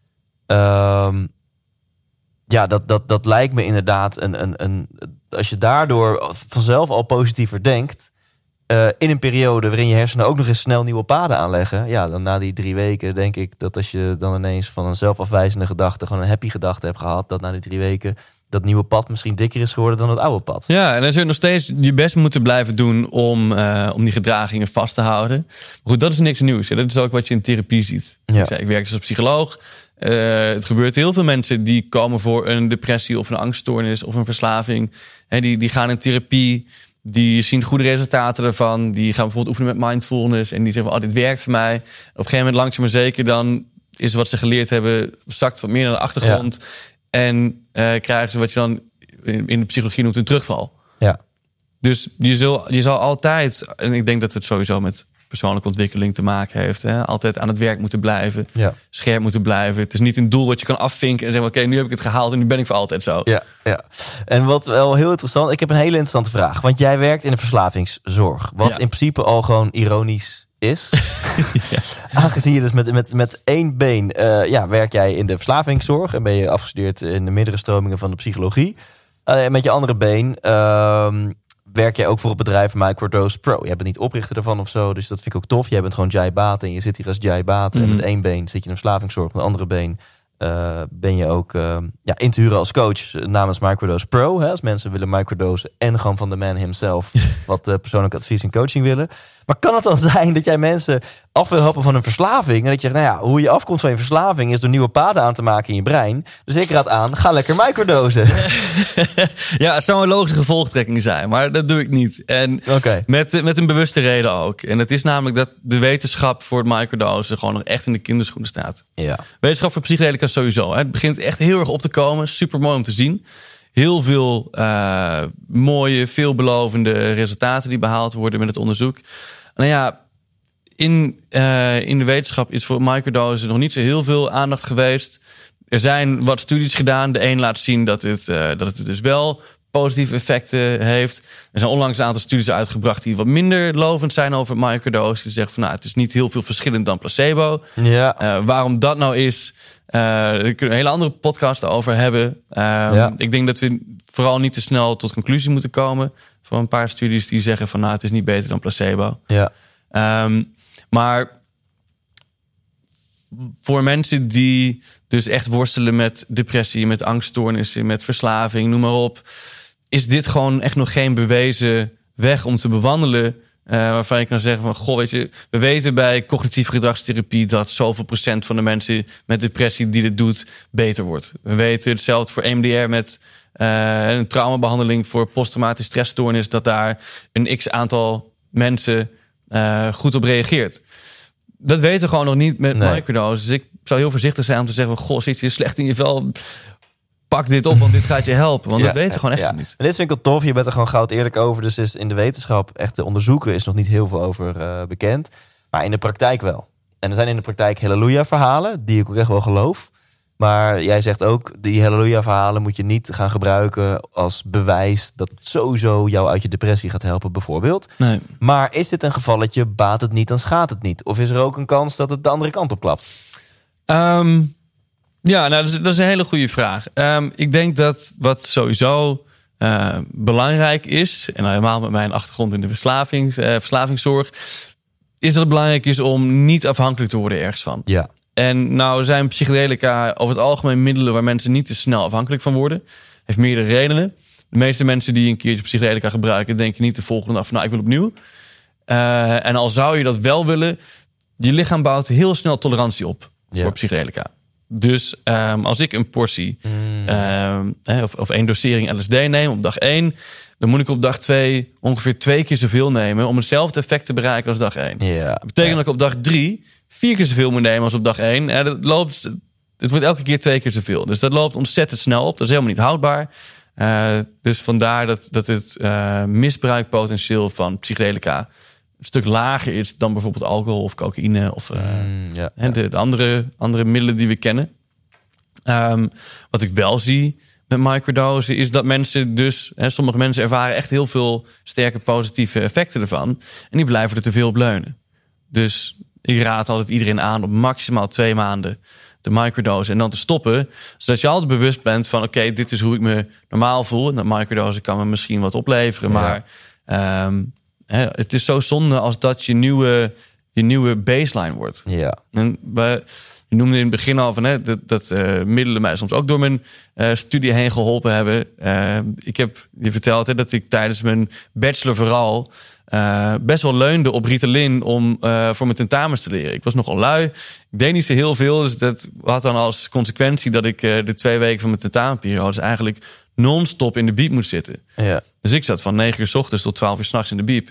Dat lijkt me inderdaad als je daardoor vanzelf al positiever denkt, in een periode waarin je hersenen ook nog eens snel nieuwe paden aanleggen, ja, dan na die 3 weken denk ik dat als je dan ineens van een zelfafwijzende gedachte gewoon een happy gedachte hebt gehad, dat na die 3 weken dat nieuwe pad misschien dikker is geworden dan het oude pad. Ja, en dan zul je nog steeds je best moeten blijven doen om die gedragingen vast te houden. Maar goed, dat is niks nieuws. Hè? Dat is ook wat je in therapie ziet. Ja. Ik werk dus als psycholoog. Het gebeurt heel veel mensen die komen voor een depressie of een angststoornis of een verslaving. Die gaan in therapie, die zien goede resultaten ervan. Die gaan bijvoorbeeld oefenen met mindfulness en die zeggen van, dit werkt voor mij. Op een gegeven moment, langzaam maar zeker, dan is wat ze geleerd hebben zakt wat meer naar de achtergrond. Ja. En krijgen ze wat je dan in de psychologie noemt een terugval. Ja. Dus je zal altijd, en ik denk dat het sowieso met persoonlijke ontwikkeling te maken heeft, altijd aan het werk moeten blijven, scherp moeten blijven. Het is niet een doel wat je kan afvinken en zeggen, oké, nu heb ik het gehaald en nu ben ik voor altijd zo. Ja. En wat wel heel interessant, ik heb een hele interessante vraag. Want jij werkt in de verslavingszorg, wat in principe al gewoon ironisch is. Ja. Aangezien je dus met 1 been werk jij in de verslavingszorg en ben je afgestudeerd in de meerdere stromingen van de psychologie. Met je andere been werk jij ook voor het bedrijf Microdose Pro. Jij bent niet oprichter ervan of zo, dus dat vind ik ook tof. Jij bent gewoon Jai Bhatt en je zit hier als Jai Bhatt. En met 1 been zit je in de verslavingszorg, met een andere been ben je ook in te huren als coach namens Microdose Pro. Als mensen willen microdosen en gewoon van de man himself wat persoonlijk advies en coaching willen. Maar kan het dan zijn dat jij mensen af wil helpen van een verslaving en dat je zegt, hoe je afkomt van je verslaving is door nieuwe paden aan te maken in je brein. Dus ik raad aan, ga lekker microdosen. Ja, het zou een logische gevolgtrekking zijn, maar dat doe ik niet. En met een bewuste reden ook. En het is namelijk dat de wetenschap voor het microdosen gewoon nog echt in de kinderschoenen staat. Ja. Wetenschap voor psychedelica sowieso. Het begint echt heel erg op te komen. Super mooi om te zien. Heel veel mooie, veelbelovende resultaten die behaald worden met het onderzoek. Nou ja, in de wetenschap is voor microdosen nog niet zo heel veel aandacht geweest. Er zijn wat studies gedaan. De een laat zien dat het dus wel positieve effecten heeft. Er zijn onlangs een aantal studies uitgebracht die wat minder lovend zijn over microdosen. Die zeggen van, het is niet heel veel verschillend dan placebo. Ja. Waarom dat nou is, daar kunnen we een hele andere podcast over hebben. Ik denk dat we vooral niet te snel tot conclusie moeten komen van een paar studies die zeggen van, het is niet beter dan placebo. Ja. Maar voor mensen die dus echt worstelen met depressie, met angststoornissen, met verslaving, noem maar op, is dit gewoon echt nog geen bewezen weg om te bewandelen. Waarvan je kan zeggen van, goh, weet je, we weten bij cognitieve gedragstherapie dat zoveel procent van de mensen met depressie die dit doet beter wordt. We weten hetzelfde voor EMDR met een traumabehandeling voor posttraumatische stressstoornis, dat daar een x-aantal mensen goed op reageert. Dat weten we gewoon nog niet met microdoses. Dus ik zou heel voorzichtig zijn om te zeggen, goh, zit je slecht in je vel? Pak dit op, want dit gaat je helpen. Want dat weten we gewoon echt niet. En dit vind ik wel tof. Je bent er gewoon goud eerlijk over. Dus is in de wetenschap, echt te onderzoeken, is nog niet heel veel over bekend. Maar in de praktijk wel. En er zijn in de praktijk halleluja-verhalen, die ik ook echt wel geloof. Maar jij zegt ook, die halleluja-verhalen moet je niet gaan gebruiken als bewijs dat het sowieso jou uit je depressie gaat helpen, bijvoorbeeld. Nee. Maar is dit een gevalletje, baat het niet, dan schaadt het niet? Of is er ook een kans dat het de andere kant op klapt? Dat is een hele goede vraag. Ik denk dat wat sowieso belangrijk is, en helemaal met mijn achtergrond in de verslavingszorg, is dat het belangrijk is om niet afhankelijk te worden ergens van. Ja. En nou zijn psychedelica over het algemeen middelen waar mensen niet te snel afhankelijk van worden. Heeft meerdere redenen. De meeste mensen die een keertje psychedelica gebruiken, denken niet de volgende dag van nou, ik wil opnieuw. En al zou je dat wel willen, je lichaam bouwt heel snel tolerantie op voor psychedelica. Dus als ik een portie of 1 dosering LSD neem op dag 1, dan moet ik op dag 2 ongeveer 2 keer zoveel nemen om hetzelfde effect te bereiken als dag 1. Ja. Dat betekent dat ik op dag 3 4 keer zoveel moet nemen als op dag 1. Het wordt elke keer 2 keer zoveel. Dus dat loopt ontzettend snel op. Dat is helemaal niet houdbaar. Dus vandaar dat het misbruikpotentieel van psychedelica een stuk lager is dan bijvoorbeeld alcohol of cocaïne of de andere middelen die we kennen. Wat ik wel zie met microdosen is dat mensen dus, sommige mensen ervaren echt heel veel sterke positieve effecten ervan. En die blijven er te veel op leunen. Dus ik raad altijd iedereen aan om maximaal 2 maanden te microdosen en dan te stoppen. Zodat je altijd bewust bent van oké, dit is hoe ik me normaal voel. En dat microdosen kan me misschien wat opleveren. Maar het is zo zonde als dat je nieuwe baseline wordt. Ja. En je noemde in het begin al van dat middelen mij soms ook door mijn studie heen geholpen hebben. Ik heb je verteld dat ik tijdens mijn bachelor vooral best wel leunde op Ritalin om voor mijn tentamens te leren. Ik was nogal lui. Ik deed niet zo heel veel. Dus dat had dan als consequentie dat ik de 2 weken van mijn tentamenperiode eigenlijk non-stop in de biep moest zitten. Ja. Dus ik zat van 9 uur 's ochtends tot 12 uur 's nachts in de biep.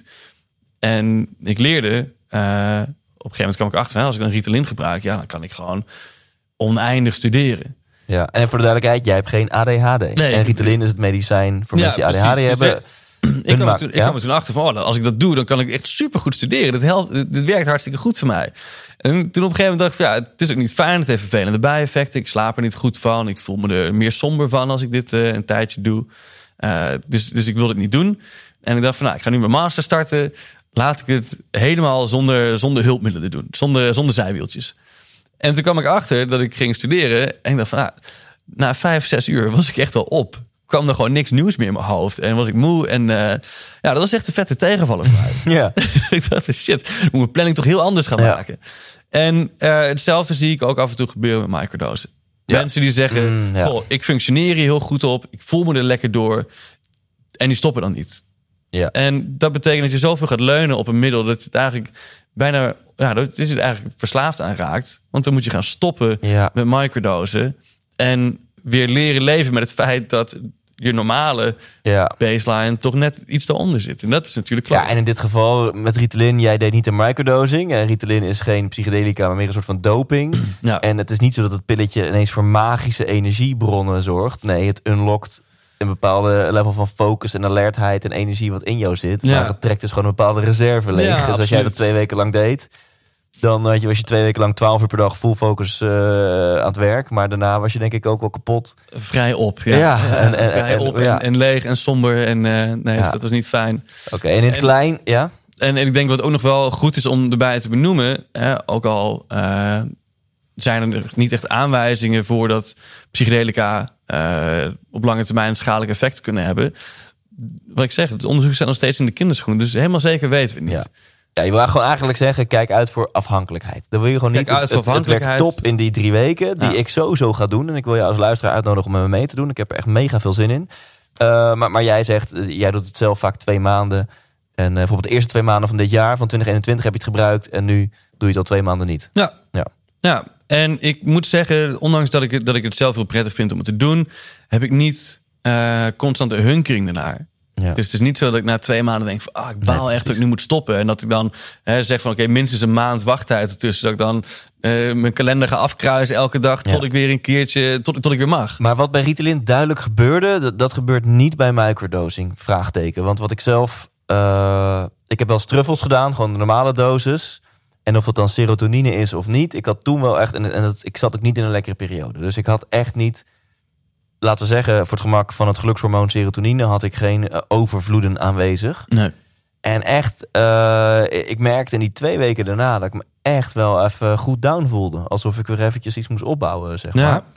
En ik leerde, op een gegeven moment kwam ik achter, als ik dan Ritalin gebruik, dan kan ik gewoon oneindig studeren. Ja, en voor de duidelijkheid, jij hebt geen ADHD. Nee, en Ritalin is het medicijn voor mensen die ADHD hebben. Ik kwam er toen achter van, als ik dat doe, dan kan ik echt supergoed studeren. Dit helpt, dit werkt hartstikke goed voor mij. En toen op een gegeven moment dacht ik, het is ook niet fijn. Het heeft vervelende bijeffecten. Ik slaap er niet goed van. Ik voel me er meer somber van als ik dit een tijdje doe. Dus ik wil het niet doen. En ik dacht van, ik ga nu mijn master starten. Laat ik het helemaal zonder hulpmiddelen doen. Zonder zijwieltjes. En toen kwam ik achter dat ik ging studeren. En ik dacht van, na 5-6 uur was ik echt wel op. Kwam er gewoon niks nieuws meer in mijn hoofd. En was ik moe. En dat was echt een vette tegenvaller voor mij. Ja. Ik dacht, shit, ik moet mijn planning toch heel anders gaan maken. En hetzelfde zie ik ook af en toe gebeuren met microdosen. Ja. Mensen die zeggen, ik functioneer hier heel goed op. Ik voel me er lekker door. En die stoppen dan niet. Ja. En dat betekent dat je zoveel gaat leunen op een middel dat je het eigenlijk bijna, dat je het eigenlijk verslaafd aan raakt. Want dan moet je gaan stoppen met microdosen en weer leren leven met het feit dat je normale baseline toch net iets daaronder zit. En dat is natuurlijk klopt. Ja, en in dit geval met Ritalin, jij deed niet een microdosing. Ritalin is geen psychedelica, maar meer een soort van doping. Ja. En het is niet zo dat het pilletje ineens voor magische energiebronnen zorgt. Nee, het unlockt een bepaalde level van focus en alertheid en energie wat in jou zit. Ja. Maar het trekt dus gewoon een bepaalde reserve leeg. Ja, dus absoluut. Als jij dat 2 weken lang deed, dan was je 2 weken lang 12 uur per dag full focus aan het werk. Maar daarna was je denk ik ook wel kapot. Vrij op. En leeg en somber. En dat was niet fijn. Oké, en in het klein, ja? En ik denk wat ook nog wel goed is om erbij te benoemen, ook al zijn er niet echt aanwijzingen voor dat psychedelica op lange termijn schadelijke effecten kunnen hebben. Wat ik zeg, het onderzoek staat nog steeds in de kinderschoenen. Dus helemaal zeker weten we het niet. Ja, je wil gewoon eigenlijk zeggen, kijk uit voor afhankelijkheid. Dan wil je gewoon niet. Het werkt top in die 3 weken, die ik sowieso ga doen. En ik wil je als luisteraar uitnodigen om met me mee te doen. Ik heb er echt mega veel zin in. Maar jij zegt, jij doet het zelf vaak 2 maanden. En bijvoorbeeld de eerste 2 maanden van dit jaar, van 2021, heb je het gebruikt. En nu doe je het al 2 maanden niet. Ja, en ik moet zeggen, ondanks dat ik het zelf heel prettig vind om het te doen, heb ik niet constant een hunkering ernaar. Ja. Dus het is niet zo dat ik na 2 maanden denk van, ik baal echt dat ik nu moet stoppen. En dat ik dan zeg van, oké, minstens een maand wachttijd ertussen. Dat ik dan mijn kalender ga afkruisen elke dag tot ik weer een keertje, tot ik weer mag. Maar wat bij Ritalin duidelijk gebeurde, dat gebeurt niet bij microdosing, vraagteken. Want wat ik zelf, ik heb wel eens truffels gedaan, gewoon de normale dosis. En of het dan serotonine is of niet. Ik had toen wel echt, ik zat ook niet in een lekkere periode. Dus ik had echt niet, laten we zeggen, voor het gemak van het gelukshormoon serotonine had ik geen overvloeden aanwezig. Nee. En echt, ik merkte in die 2 weken daarna dat ik me echt wel even goed down voelde. Alsof ik weer eventjes iets moest opbouwen, zeg maar.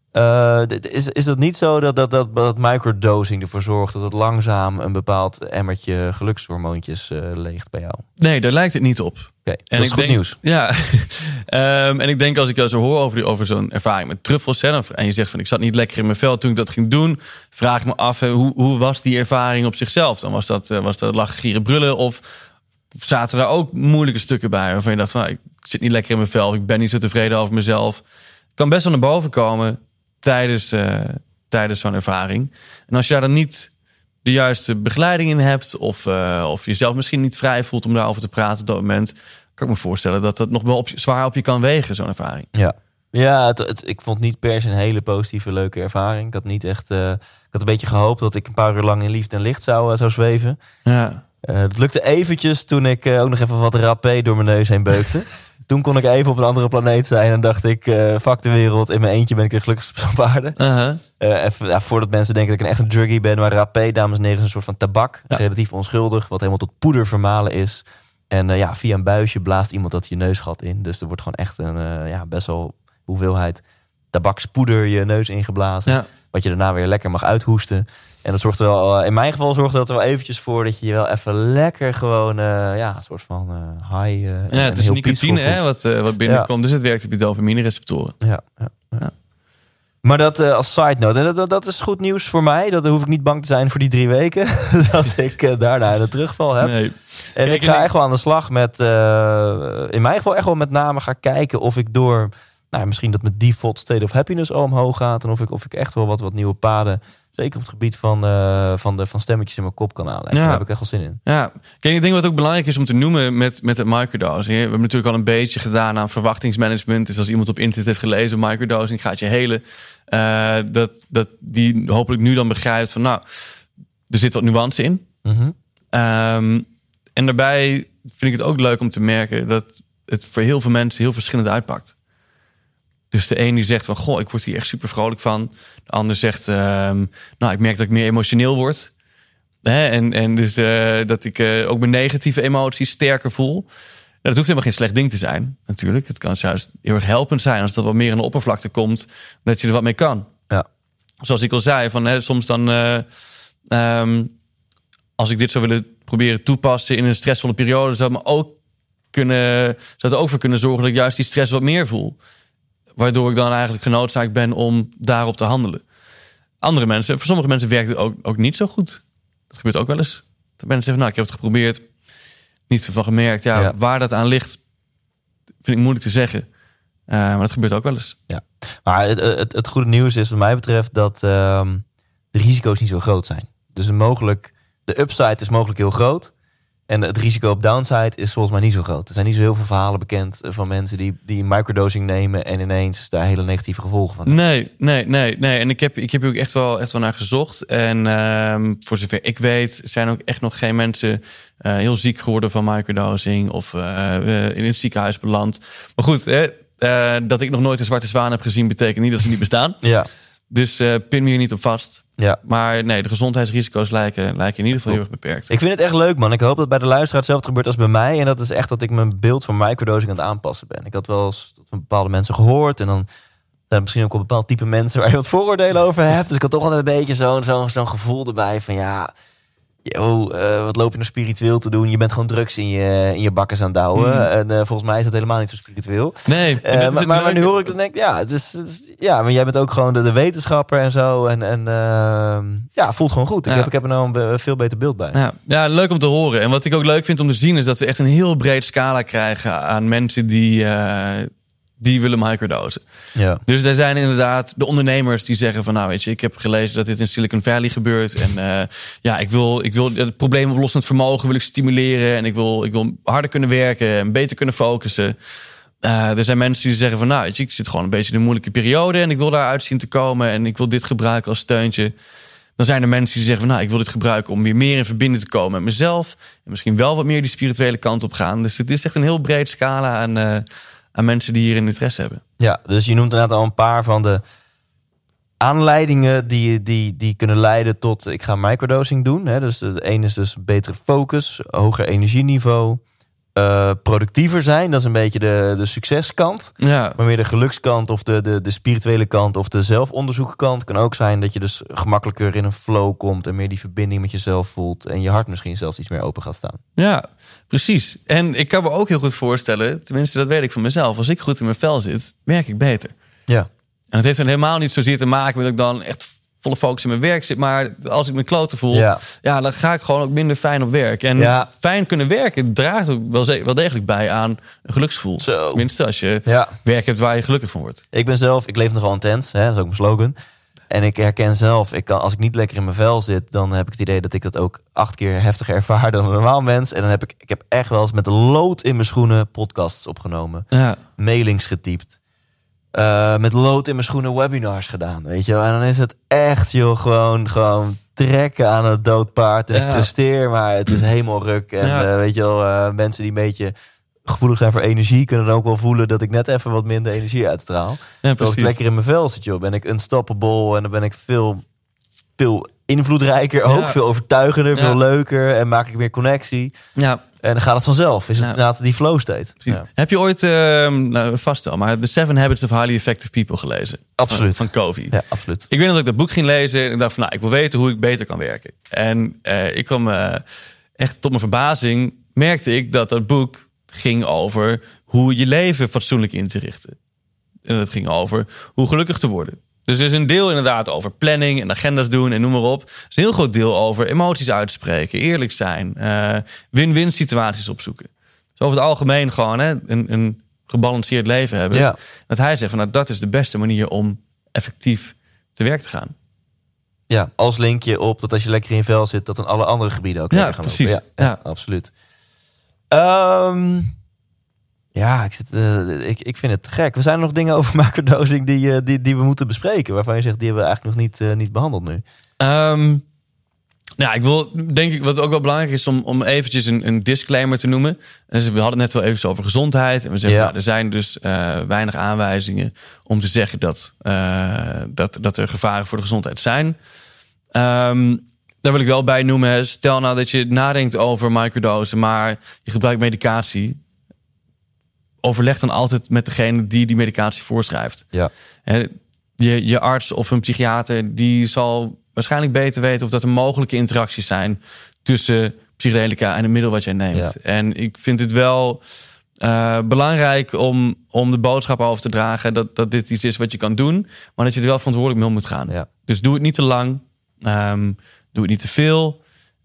Is dat niet zo dat microdosing ervoor zorgt dat het langzaam een bepaald emmertje gelukshormoontjes leegt bij jou? Nee, daar lijkt het niet op. Okay, dat is goed nieuws. Ja, en ik denk als ik jou zo hoor over zo'n ervaring met truffels, en je zegt van ik zat niet lekker in mijn vel toen ik dat ging doen, vraag ik me af, hoe was die ervaring op zichzelf? Dan was dat lachen, gieren, brullen, of zaten daar ook moeilijke stukken bij waarvan je dacht van ik zit niet lekker in mijn vel, ik ben niet zo tevreden over mezelf. Ik kan best wel naar boven komen tijdens zo'n ervaring. En als je daar dan niet de juiste begeleiding in hebt, of jezelf misschien niet vrij voelt om daarover te praten op dat moment, kan ik me voorstellen dat dat nog wel zwaar op je kan wegen, zo'n ervaring. Ja, ik vond niet per se een hele positieve, leuke ervaring. Ik had niet echt. Ik had een beetje gehoopt dat ik een paar uur lang in liefde en licht zou zweven. Ja. Het lukte eventjes toen ik ook nog even wat rapé door mijn neus heen beukte. Toen kon ik even op een andere planeet zijn en dacht ik, fuck de wereld. In mijn eentje ben ik de gelukkigste op aarde. Even, voordat mensen denken dat ik echt een druggie ben. Maar rapé, dames en heren, is een soort van tabak. Ja. Relatief onschuldig, wat helemaal tot poeder vermalen is. En via een buisje blaast iemand dat je neusgat in. Dus er wordt gewoon echt een best wel hoeveelheid tabakspoeder je neus ingeblazen. Ja. Wat je daarna weer lekker mag uithoesten. En dat zorgt er wel, in mijn geval zorgt dat er wel eventjes voor dat je je wel even lekker gewoon, een soort van high. Het is nicotine wat binnenkomt, dus het werkt op je dopamine-receptoren. Ja. Maar dat als side note, en dat is goed nieuws voor mij. Dat hoef ik niet bang te zijn voor die 3 weken. Dat ik daarna een terugval heb. Nee. En ik ga echt wel aan de slag met, in mijn geval echt wel met name ga kijken of ik door, misschien dat mijn default state of happiness al omhoog gaat. En of ik echt wel wat nieuwe paden, zeker op het gebied van stemmetjes in mijn kop kan aanleggen. Ja. Daar heb ik echt wel zin in. Ja, kijk, ik denk wat ook belangrijk is om te noemen met het microdosing. We hebben natuurlijk al een beetje gedaan aan verwachtingsmanagement. Dus als iemand op internet heeft gelezen, microdosing gaat je helen. Dat die hopelijk nu dan begrijpt van er zit wat nuance in. Mm-hmm. En daarbij vind ik het ook leuk om te merken dat het voor heel veel mensen heel verschillend uitpakt. Dus de een die zegt van, goh, ik word hier echt super vrolijk van. De ander zegt, ik merk dat ik meer emotioneel word. En dus dat ik ook mijn negatieve emoties sterker voel. Dat hoeft helemaal geen slecht ding te zijn, natuurlijk. Het kan juist heel erg helpend zijn als dat wat meer aan de oppervlakte komt, dat je er wat mee kan. Ja. Zoals ik al zei, van soms dan, als ik dit zou willen proberen toepassen in een stressvolle periode, zou het ook voor kunnen zorgen dat ik juist die stress wat meer voel. Waardoor ik dan eigenlijk genoodzaakt ben om daarop te handelen. Voor sommige mensen werkt het ook niet zo goed. Dat gebeurt ook wel eens. Dat mensen zeggen, ik heb het geprobeerd, niet veel van gemerkt. Ja. Waar dat aan ligt, vind ik moeilijk te zeggen. Maar dat gebeurt ook wel eens. Ja. Maar het goede nieuws is wat mij betreft dat de risico's niet zo groot zijn. Dus de upside is mogelijk heel groot. En het risico op downside is volgens mij niet zo groot. Er zijn niet zo heel veel verhalen bekend van mensen die microdosing nemen en ineens daar hele negatieve gevolgen van hebben. Nee. En ik heb hier ook echt wel naar gezocht. En voor zover ik weet zijn ook echt nog geen mensen heel ziek geworden van microdosing of in het ziekenhuis beland. Maar goed, dat ik nog nooit een zwarte zwaan heb gezien betekent niet dat ze niet bestaan. Ja. Dus pin me hier niet op vast. Ja. Maar nee, de gezondheidsrisico's lijken in ieder geval heel erg beperkt. Ik vind het echt leuk, man. Ik hoop dat bij de luisteraar hetzelfde gebeurt als bij mij. En dat is echt dat ik mijn beeld van microdosing aan het aanpassen ben. Ik had wel eens van bepaalde mensen gehoord. En dan zijn misschien ook wel bepaald type mensen waar je wat vooroordelen over hebt. Dus ik had toch altijd een beetje zo'n gevoel erbij van wat loop je nou spiritueel te doen? Je bent gewoon drugs in je bakkes aan het douwen. En volgens mij is dat helemaal niet zo spiritueel. Nee. Maar nu hoor ik het en denk maar jij bent ook gewoon de wetenschapper en zo. En voelt gewoon goed. Ik heb er nou een veel beter beeld bij. Ja, leuk om te horen. En wat ik ook leuk vind om te zien is dat we echt een heel breed scala krijgen aan mensen die willen microdosen. Ja. Dus er zijn inderdaad de ondernemers die zeggen van, ik heb gelezen dat dit in Silicon Valley gebeurt. En ik wil het probleemoplossend vermogen wil ik stimuleren. En ik wil harder kunnen werken en beter kunnen focussen. Er zijn mensen die zeggen van, ik zit gewoon een beetje in een moeilijke periode en ik wil daaruit zien te komen en ik wil dit gebruiken als steuntje. Dan zijn er mensen die zeggen van, ik wil dit gebruiken om weer meer in verbinding te komen met mezelf. En misschien wel wat meer die spirituele kant op gaan. Dus het is echt een heel breed scala aan mensen die hierin interesse hebben. Ja, dus je noemt inderdaad al een paar van de aanleidingen die kunnen leiden tot ik ga microdosing doen. Hè? Dus de ene is dus betere focus, hoger energieniveau, productiever zijn. Dat is een beetje de succeskant. Ja. Maar meer de gelukskant of de spirituele kant of de zelfonderzoekkant kan ook zijn dat je dus gemakkelijker in een flow komt en meer die verbinding met jezelf voelt en je hart misschien zelfs iets meer open gaat staan. Ja, precies. En ik kan me ook heel goed voorstellen, tenminste dat weet ik van mezelf, als ik goed in mijn vel zit, werk ik beter. Ja. En het heeft dan helemaal niet zozeer te maken met dat ik dan echt volle focus in mijn werk zit. Maar als ik me kloten voel, dan ga ik gewoon ook minder fijn op werk. En fijn kunnen werken draagt ook wel degelijk bij aan een geluksgevoel. Zo. Tenminste, als je werk hebt waar je gelukkig van wordt. Ik leef nogal intens, hè, dat is ook mijn slogan. En ik herken zelf, als ik niet lekker in mijn vel zit, dan heb ik het idee dat ik dat ook 8 keer heftiger ervaar dan een normaal mens. En dan heb ik heb echt wel eens met de lood in mijn schoenen podcasts opgenomen. Ja. Mailings getypt. Met lood in mijn schoenen webinars gedaan, weet je wel. En dan is het echt, joh, gewoon trekken aan het doodpaard en presteer, maar het is helemaal ruk. En weet je wel, mensen die een beetje gevoelig zijn voor energie kunnen dan ook wel voelen dat ik net even wat minder energie uitstraal. Ja, als ik lekker in mijn vel zit, joh, ben ik unstoppable en dan ben ik veel invloedrijker ook, veel overtuigender, veel leuker en maak ik meer connectie. Ja. En dan gaat het vanzelf. Is het inderdaad die flow state. Ja. Heb je ooit, vast wel, maar The 7 Habits of Highly Effective People gelezen? Absoluut. Van Covey. Ja, absoluut. Ik weet nog dat ik dat boek ging lezen en ik dacht van, ik wil weten hoe ik beter kan werken. En ik kwam echt tot mijn verbazing, merkte ik dat boek ging over hoe je leven fatsoenlijk in te richten. En het ging over hoe gelukkig te worden. Dus er is een deel inderdaad over planning en agenda's doen en noem maar op. Er is een heel groot deel over emoties uitspreken, eerlijk zijn, win-win situaties opzoeken. Dus over het algemeen gewoon een gebalanceerd leven hebben. Ja. Dat hij zegt van dat is de beste manier om effectief te werk te gaan. Ja, als linkje op dat als je lekker in je vel zit, dat in alle andere gebieden ook lekker gaan precies. lopen. Ja, absoluut. Ik vind het gek. We zijn er nog dingen over microdosing die we moeten bespreken. Waarvan je zegt, die hebben we eigenlijk nog niet behandeld nu. Ik wil, denk ik, wat ook wel belangrijk is om eventjes een disclaimer te noemen. Dus we hadden het net wel even over gezondheid. En we zeggen, er zijn dus weinig aanwijzingen om te zeggen dat er gevaren voor de gezondheid zijn. Daar wil ik wel bij noemen. Stel nou dat je nadenkt over microdosen, maar je gebruikt medicatie. Overleg dan altijd met degene die medicatie voorschrijft. Ja. Je arts of een psychiater die zal waarschijnlijk beter weten of dat er mogelijke interacties zijn tussen psychedelica en het middel wat jij neemt. Ja. En ik vind het wel belangrijk om de boodschap over te dragen dat dit iets is wat je kan doen, maar dat je er wel verantwoordelijk mee om moet gaan. Ja. Dus doe het niet te lang, doe het niet te veel.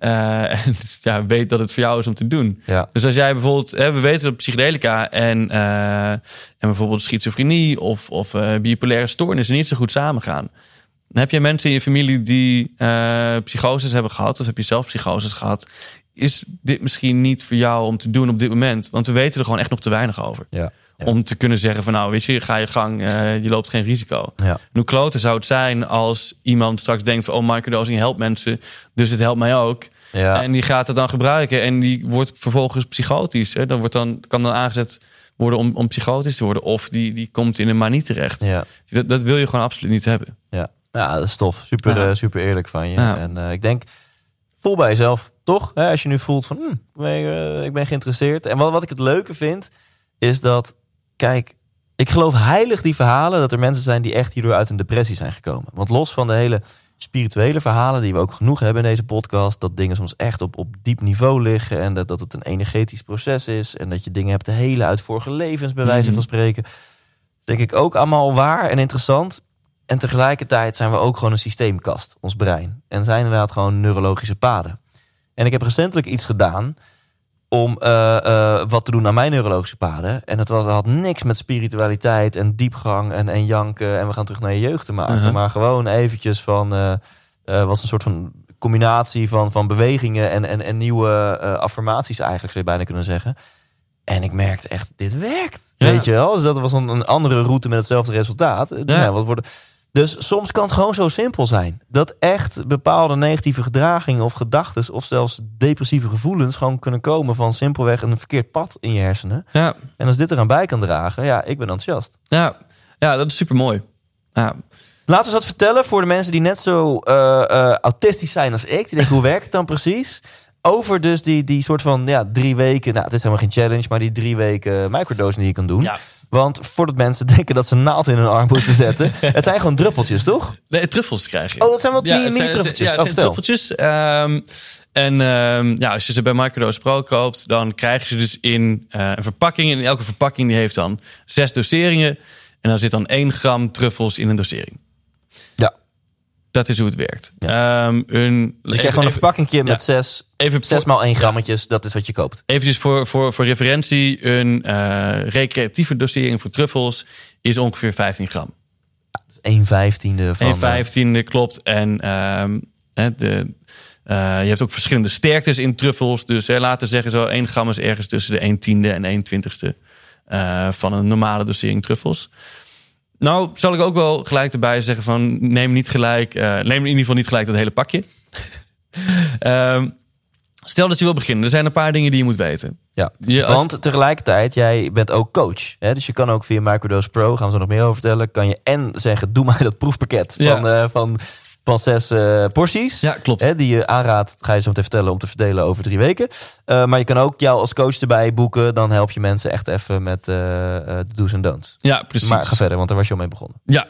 En weet dat het voor jou is om te doen. Ja. Dus als jij bijvoorbeeld, we weten dat psychedelica en bijvoorbeeld schizofrenie of bipolaire stoornissen niet zo goed samengaan. Dan heb je mensen in je familie die psychoses hebben gehad, of heb je zelf psychoses gehad. Is dit misschien niet voor jou om te doen op dit moment? Want we weten er gewoon echt nog te weinig over. Ja. Ja. Om te kunnen zeggen van weet je, ga je gang, je loopt geen risico. Ja. Hoe kloten zou het zijn als iemand straks denkt van microdosing helpt mensen, dus het helpt mij ook. Ja. En die gaat het dan gebruiken en die wordt vervolgens psychotisch. Hè? Kan dan aangezet worden om psychotisch te worden, of die komt in een manie terecht. Ja. Dat wil je gewoon absoluut niet hebben. Ja, dat is tof. Super eerlijk van je. Ja. En ik denk, voel bij jezelf, toch? Als je nu voelt van, ik ben geïnteresseerd. En wat ik het leuke vind, is dat, kijk, ik geloof heilig die verhalen dat er mensen zijn die echt hierdoor uit een depressie zijn gekomen. Want los van de hele spirituele verhalen die we ook genoeg hebben in deze podcast, dat dingen soms echt op diep niveau liggen en dat het een energetisch proces is en dat je dingen hebt te helen uit vorige levens, bij wijze van spreken. Denk ik ook allemaal waar en interessant. En tegelijkertijd zijn we ook gewoon een systeemkast, ons brein. En zijn inderdaad gewoon neurologische paden. En ik heb recentelijk iets gedaan om wat te doen aan mijn neurologische paden. En het had niks met spiritualiteit en diepgang en janken en we gaan terug naar je jeugd te maken. Uh-huh. Maar gewoon eventjes van, was een soort van combinatie van bewegingen en nieuwe affirmaties eigenlijk, zou je bijna kunnen zeggen. En ik merkte echt, dit werkt. Ja. Weet je wel? Dus dat was een andere route met hetzelfde resultaat. Dus soms kan het gewoon zo simpel zijn. Dat echt bepaalde negatieve gedragingen of gedachten of zelfs depressieve gevoelens gewoon kunnen komen van simpelweg een verkeerd pad in je hersenen. Ja. En als dit eraan bij kan dragen, ik ben enthousiast. Ja, dat is super mooi. Ja. Laten we eens wat vertellen voor de mensen die net zo autistisch zijn als ik. Die denken, hoe werkt het dan precies? Over dus die soort van 3 weken... Nou, het is helemaal geen challenge, maar die 3 weken microdosing die je kan doen. Ja. Want voordat mensen denken dat ze een naald in hun arm moeten zetten... het zijn gewoon druppeltjes, toch? Nee, truffels krijg je. Oh, dat zijn wat mini-truffeltjes. Ja, het zijn truffels. Als je ze bij Microdose Pro koopt... dan krijg je ze dus in een verpakking. En elke verpakking die heeft dan 6 doseringen. En dan zit dan 1 gram truffels in een dosering. Ja. Dat is hoe het werkt. Ja. Je krijgt gewoon een verpakkingje met 6 maal 1 grammetjes. Dat is wat je koopt. Eventjes voor referentie. Een recreatieve dosering voor truffels is ongeveer 15 gram. Dus 1/15 van... 1/15 klopt. En je hebt ook verschillende sterktes in truffels. Dus laten we zeggen zo 1 gram is ergens tussen de 1/10 en 1/20 van een normale dosering truffels. Nou, zal ik ook wel gelijk erbij zeggen van... neem in ieder geval niet gelijk dat hele pakje. Stel dat je wil beginnen. Er zijn een paar dingen die je moet weten. Ja, want tegelijkertijd, jij bent ook coach. Hè? Dus je kan ook via Microdose Pro, gaan we zo nog meer over vertellen... kan je en zeggen, doe maar dat proefpakket van 6 porties. Ja, klopt. Hè, die je aanraadt, ga je zo meteen vertellen... om te verdelen over 3 weken. Maar je kan ook jou als coach erbij boeken. Dan help je mensen echt even met de do's en don'ts. Ja, precies. Maar ga verder, want daar was je al mee begonnen. Ja,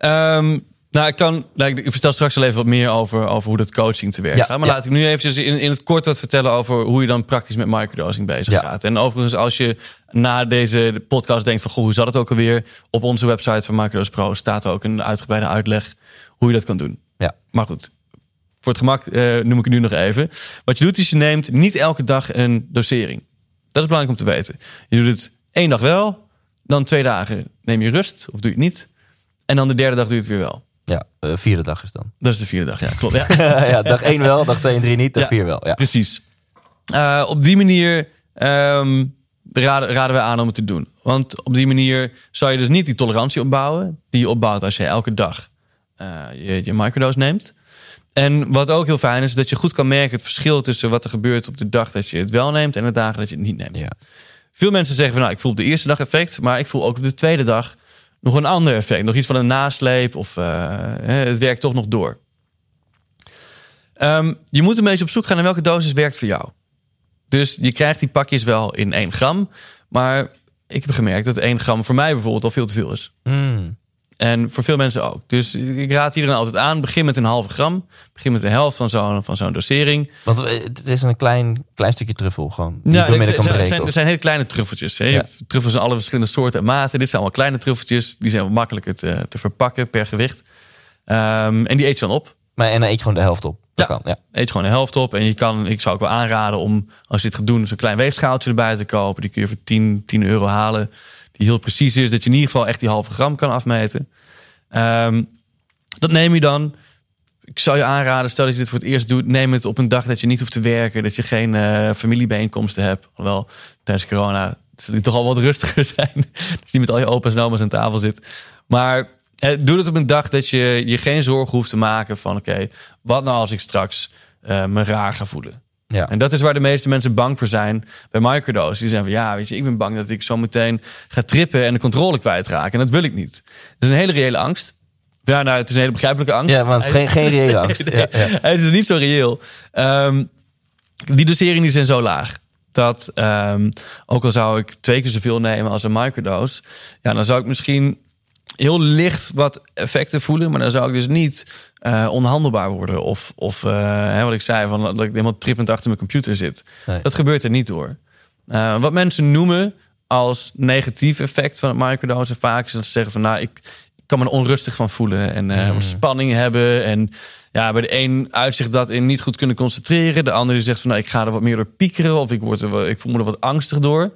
ik vertel straks al even wat meer over hoe dat coaching te werk gaat. Maar laat ik nu eventjes in het kort wat vertellen... over hoe je dan praktisch met microdosing bezig gaat. En overigens, als je na deze podcast denkt van... hoe zat het ook alweer? Op onze website van Microdose Pro staat ook een uitgebreide uitleg... hoe je dat kan doen. Ja. Maar goed, voor het gemak noem ik het nu nog even. Wat je doet is je neemt niet elke dag een dosering. Dat is belangrijk om te weten. Je doet het 1 dag wel, dan 2 dagen neem je rust of doe je het niet. En dan de 3e dag doe je het weer wel. Ja, 4e dag is dan. Dat is de 4e dag, ja, klopt. Ja. Ja, dag 1 wel, dag 2 en 3 niet, dag 4 wel. Ja. Precies. Op die manier raden wij aan om het te doen. Want op die manier zou je dus niet die tolerantie opbouwen... die je opbouwt als je elke dag je microdose neemt. En wat ook heel fijn is, dat je goed kan merken... het verschil tussen wat er gebeurt op de dag dat je het wel neemt... en de dagen dat je het niet neemt. Ja. Veel mensen zeggen van, ik voel op de eerste dag effect... maar ik voel ook op de tweede dag nog een ander effect. Nog iets van een nasleep of het werkt toch nog door. Je moet een beetje op zoek gaan naar welke dosis werkt voor jou. Dus je krijgt die pakjes wel in 1 gram. Maar ik heb gemerkt dat 1 gram voor mij bijvoorbeeld al veel te veel is. En voor veel mensen ook. Dus ik raad iedereen altijd aan. Begin met een 0,5 gram. Begin met de helft van zo'n dosering. Want het is een klein stukje truffel gewoon. Die je doormidden kan breken. Er zijn hele kleine truffeltjes. Hè? Ja. Truffels in alle verschillende soorten en maten. Dit zijn allemaal kleine truffeltjes. Die zijn wel makkelijker te verpakken per gewicht. En die eet je dan op. En dan eet je gewoon de helft op. Eet je gewoon de helft op. En ik zou ook wel aanraden om, als je het gaat doen... zo'n klein weegschaaltje erbij te kopen. Die kun je voor 10 euro halen. Die heel precies is. Dat je in ieder geval echt die 0,5 gram kan afmeten. Dat neem je dan. Ik zou je aanraden, stel dat je dit voor het eerst doet... neem het op een dag dat je niet hoeft te werken. Dat je geen familiebijeenkomsten hebt. Alhoewel, tijdens corona zal die toch al wat rustiger zijn. Dat je niet met al je opa's en oma's aan tafel zit. Maar doe het op een dag dat je geen zorgen hoeft te maken van... oké, wat nou als ik straks me raar ga voelen? Ja. En dat is waar de meeste mensen bang voor zijn bij microdose. Die zeggen van, weet je, ik ben bang dat ik zo meteen ga trippen... en de controle kwijtraak. En dat wil ik niet. Dat is een hele reële angst. Ja, het is een hele begrijpelijke angst. Ja, want het is geen reële angst. Nee. Het is niet zo reëel. Die doseringen die zijn zo laag... dat ook al zou ik 2 keer zoveel nemen als een microdose... dan zou ik misschien heel licht wat effecten voelen... maar dan zou ik dus niet onhandelbaar worden. Of wat ik zei, van dat ik helemaal trippend achter mijn computer zit. Nee. Dat gebeurt er niet door. Wat mensen noemen als negatief effect van het microdose... vaak is dat ze zeggen van, ik kan me er onrustig van voelen... en spanning hebben. En bij de een uitzicht dat in niet goed kunnen concentreren. De ander die zegt van, ik ga er wat meer door piekeren... of ik voel me er wat angstig door.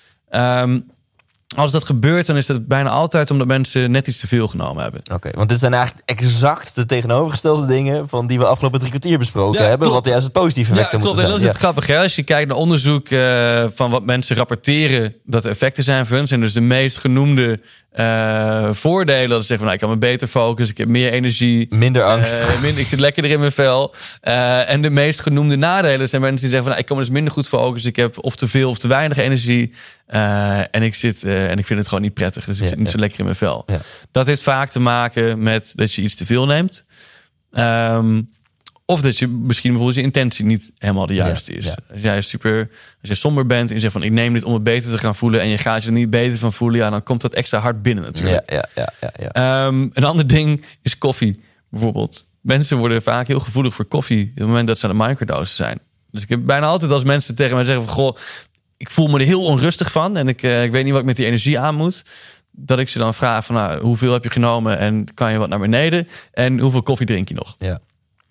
Als dat gebeurt, dan is het bijna altijd omdat mensen net iets te veel genomen hebben. Oké, want dit zijn eigenlijk exact de tegenovergestelde dingen... van die we afgelopen 3 kwartier besproken hebben. Klopt. Wat juist het positieve effect zou moeten zijn. En dat is het grappige. Hè? Als je kijkt naar onderzoek van wat mensen rapporteren... dat er effecten zijn voor hun... zijn dus de meest genoemde voordelen. Dat ze zeggen van, ik kan me beter focussen. Ik heb meer energie. Minder angst. Ik zit lekkerder in mijn vel. En de meest genoemde nadelen zijn mensen die zeggen van... ik kan me dus minder goed focussen. Ik heb of te veel of te weinig energie. En ik vind het gewoon niet prettig. Dus ik zit niet zo lekker in mijn vel. Ja. Dat heeft vaak te maken met dat je iets te veel neemt. Of dat je misschien bijvoorbeeld je intentie niet helemaal de juiste is. Ja. Als jij somber bent en je zegt van ik neem dit om het beter te gaan voelen en je gaat je er niet beter van voelen, ja, dan komt dat extra hard binnen natuurlijk. Ja. Een ander ding is koffie bijvoorbeeld. Mensen worden vaak heel gevoelig voor koffie op het moment dat ze aan de microdose zijn. Dus ik heb bijna altijd als mensen tegen mij zeggen van goh, ik voel me er heel onrustig van en ik weet niet wat ik met die energie aan moet. Dat ik ze dan vraag van nou, hoeveel heb je genomen en kan je wat naar beneden en hoeveel koffie drink je nog? Ja.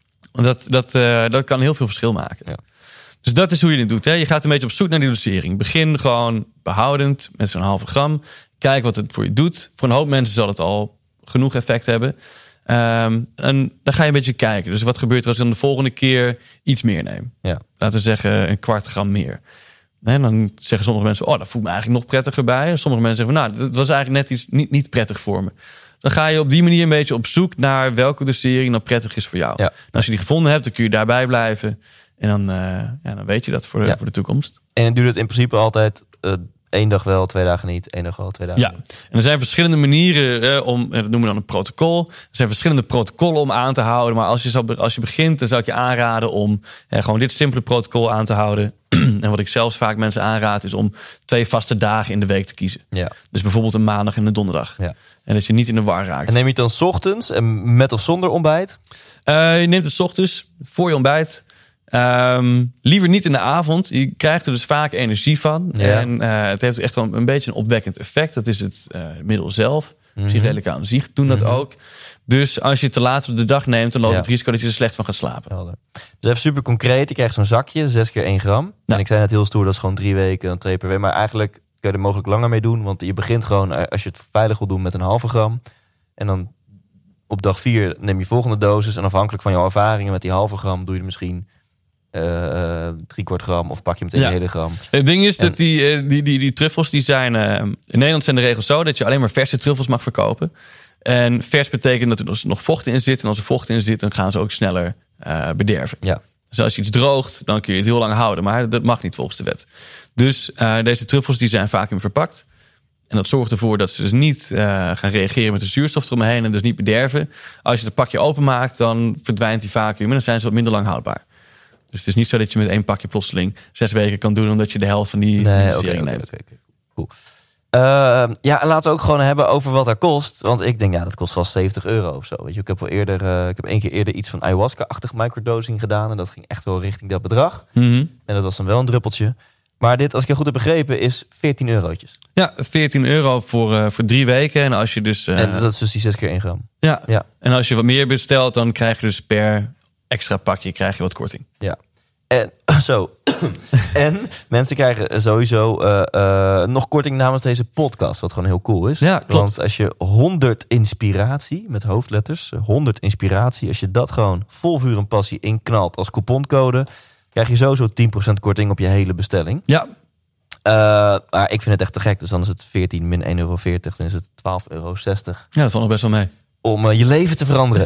Dat kan heel veel verschil maken. Ja. Dus dat is hoe je dit doet. Hè? Je gaat een beetje op zoek naar die dosering. Begin gewoon behoudend met zo'n 0,5 gram. Kijk wat het voor je doet. Voor een hoop mensen zal het al genoeg effect hebben. En dan ga je een beetje kijken. Dus wat gebeurt er als ik dan de volgende keer iets meer neem? Ja. Laten we zeggen 1/4 gram meer. En dan zeggen sommige mensen, dat voelt me eigenlijk nog prettiger bij. Sommige mensen zeggen van, dat was eigenlijk net iets niet prettig voor me. Dan ga je op die manier een beetje op zoek naar welke dosering dan prettig is voor jou. Ja. En als je die gevonden hebt, dan kun je daarbij blijven. En dan weet je dat voor de toekomst. En dan duurt het in principe altijd 1 dag wel, 2 dagen niet. 1 dag wel, 2 dagen niet. En er zijn verschillende manieren om, dat noemen we dan een protocol. Er zijn verschillende protocollen om aan te houden. Maar als je begint, dan zou ik je aanraden om gewoon dit simpele protocol aan te houden. En wat ik zelfs vaak mensen aanraad, is om 2 vaste dagen in de week te kiezen. Ja. Dus bijvoorbeeld een maandag en een donderdag. Ja. En dat je niet in de war raakt. En neem je het dan 's ochtends en met of zonder ontbijt? Je neemt het 's ochtends voor je ontbijt. Liever niet in de avond. Je krijgt er dus vaak energie van. Ja. En het heeft echt wel een beetje een opwekkend effect. Dat is het middel zelf. Psychedelica aan zich doen dat ook. Dus als je te laat op de dag neemt, dan loopt het risico dat je er slecht van gaat slapen. Helder. Dus even super concreet. Je krijgt zo'n zakje, 6 keer 1 gram. Ja. En ik zei net heel stoer, dat is gewoon 3 weken, dan 2 per week. Maar eigenlijk kun je er mogelijk langer mee doen. Want je begint gewoon, als je het veilig wil doen, met een 0,5 gram. En dan op dag 4 neem je volgende dosis. En afhankelijk van jouw ervaringen met die 0,5 gram doe je er misschien 3/4 gram of pak je meteen de hele gram. Het ding is dat die truffels, die zijn... in Nederland zijn de regels zo dat je alleen maar verse truffels mag verkopen. En vers betekent dat er dus nog vocht in zit. En als er vocht in zit, dan gaan ze ook sneller bederven. Ja. Dus als je iets droogt, dan kun je het heel lang houden. Maar dat mag niet volgens de wet. Dus deze truffels die zijn vaak in verpakt. En dat zorgt ervoor dat ze dus niet gaan reageren met de zuurstof eromheen. En dus niet bederven. Als je het pakje openmaakt, dan verdwijnt die vacuüm. En dan zijn ze wat minder lang houdbaar. Dus het is niet zo dat je met 1 pakje plotseling 6 weken kan doen, omdat je de helft van die dosering neemt. Okay. Cool. En laten we ook gewoon hebben over wat dat kost. Want ik denk, dat kost wel €70 of zo. Weet je, ik heb 1 keer eerder iets van ayahuasca-achtig microdosing gedaan. En dat ging echt wel richting dat bedrag. Mm-hmm. En dat was dan wel een druppeltje. Maar dit, als ik het goed heb begrepen, is €14. Ja, €14 voor 3 weken. En als je dus... en dat is dus die 6 keer 1 gram. Ja. En als je wat meer bestelt, dan krijg je dus per extra pakje krijg je wat korting. Ja. En zo. En mensen krijgen sowieso nog korting namens deze podcast, wat gewoon heel cool is. Ja, klopt. Want als je 100 inspiratie, met hoofdletters, 100 inspiratie, als je dat gewoon vol vuur en passie inknalt als couponcode, krijg je sowieso 10% korting op je hele bestelling. Ja. Maar ik vind het echt te gek. Dus dan is het 14 min €1,40, dan is het €12,60. Ja, dat valt nog best wel mee. Om je leven te veranderen.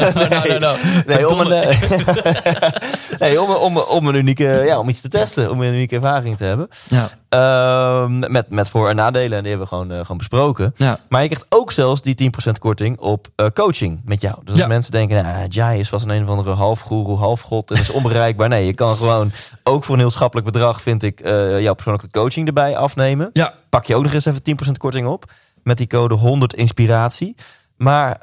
Om een unieke, om iets te testen, om een unieke ervaring te hebben. Ja. Met voor- en nadelen, en die hebben we gewoon besproken. Ja. Maar je krijgt ook zelfs die 10% korting op coaching met jou. Dus als mensen denken, Jai is vast een of andere halfgoeroe, halfgod en is onbereikbaar. Nee, je kan gewoon ook voor een heel schappelijk bedrag, vind ik, jouw persoonlijke coaching erbij afnemen. Ja. Pak je ook nog eens even 10% korting op met die code 100 inspiratie. Maar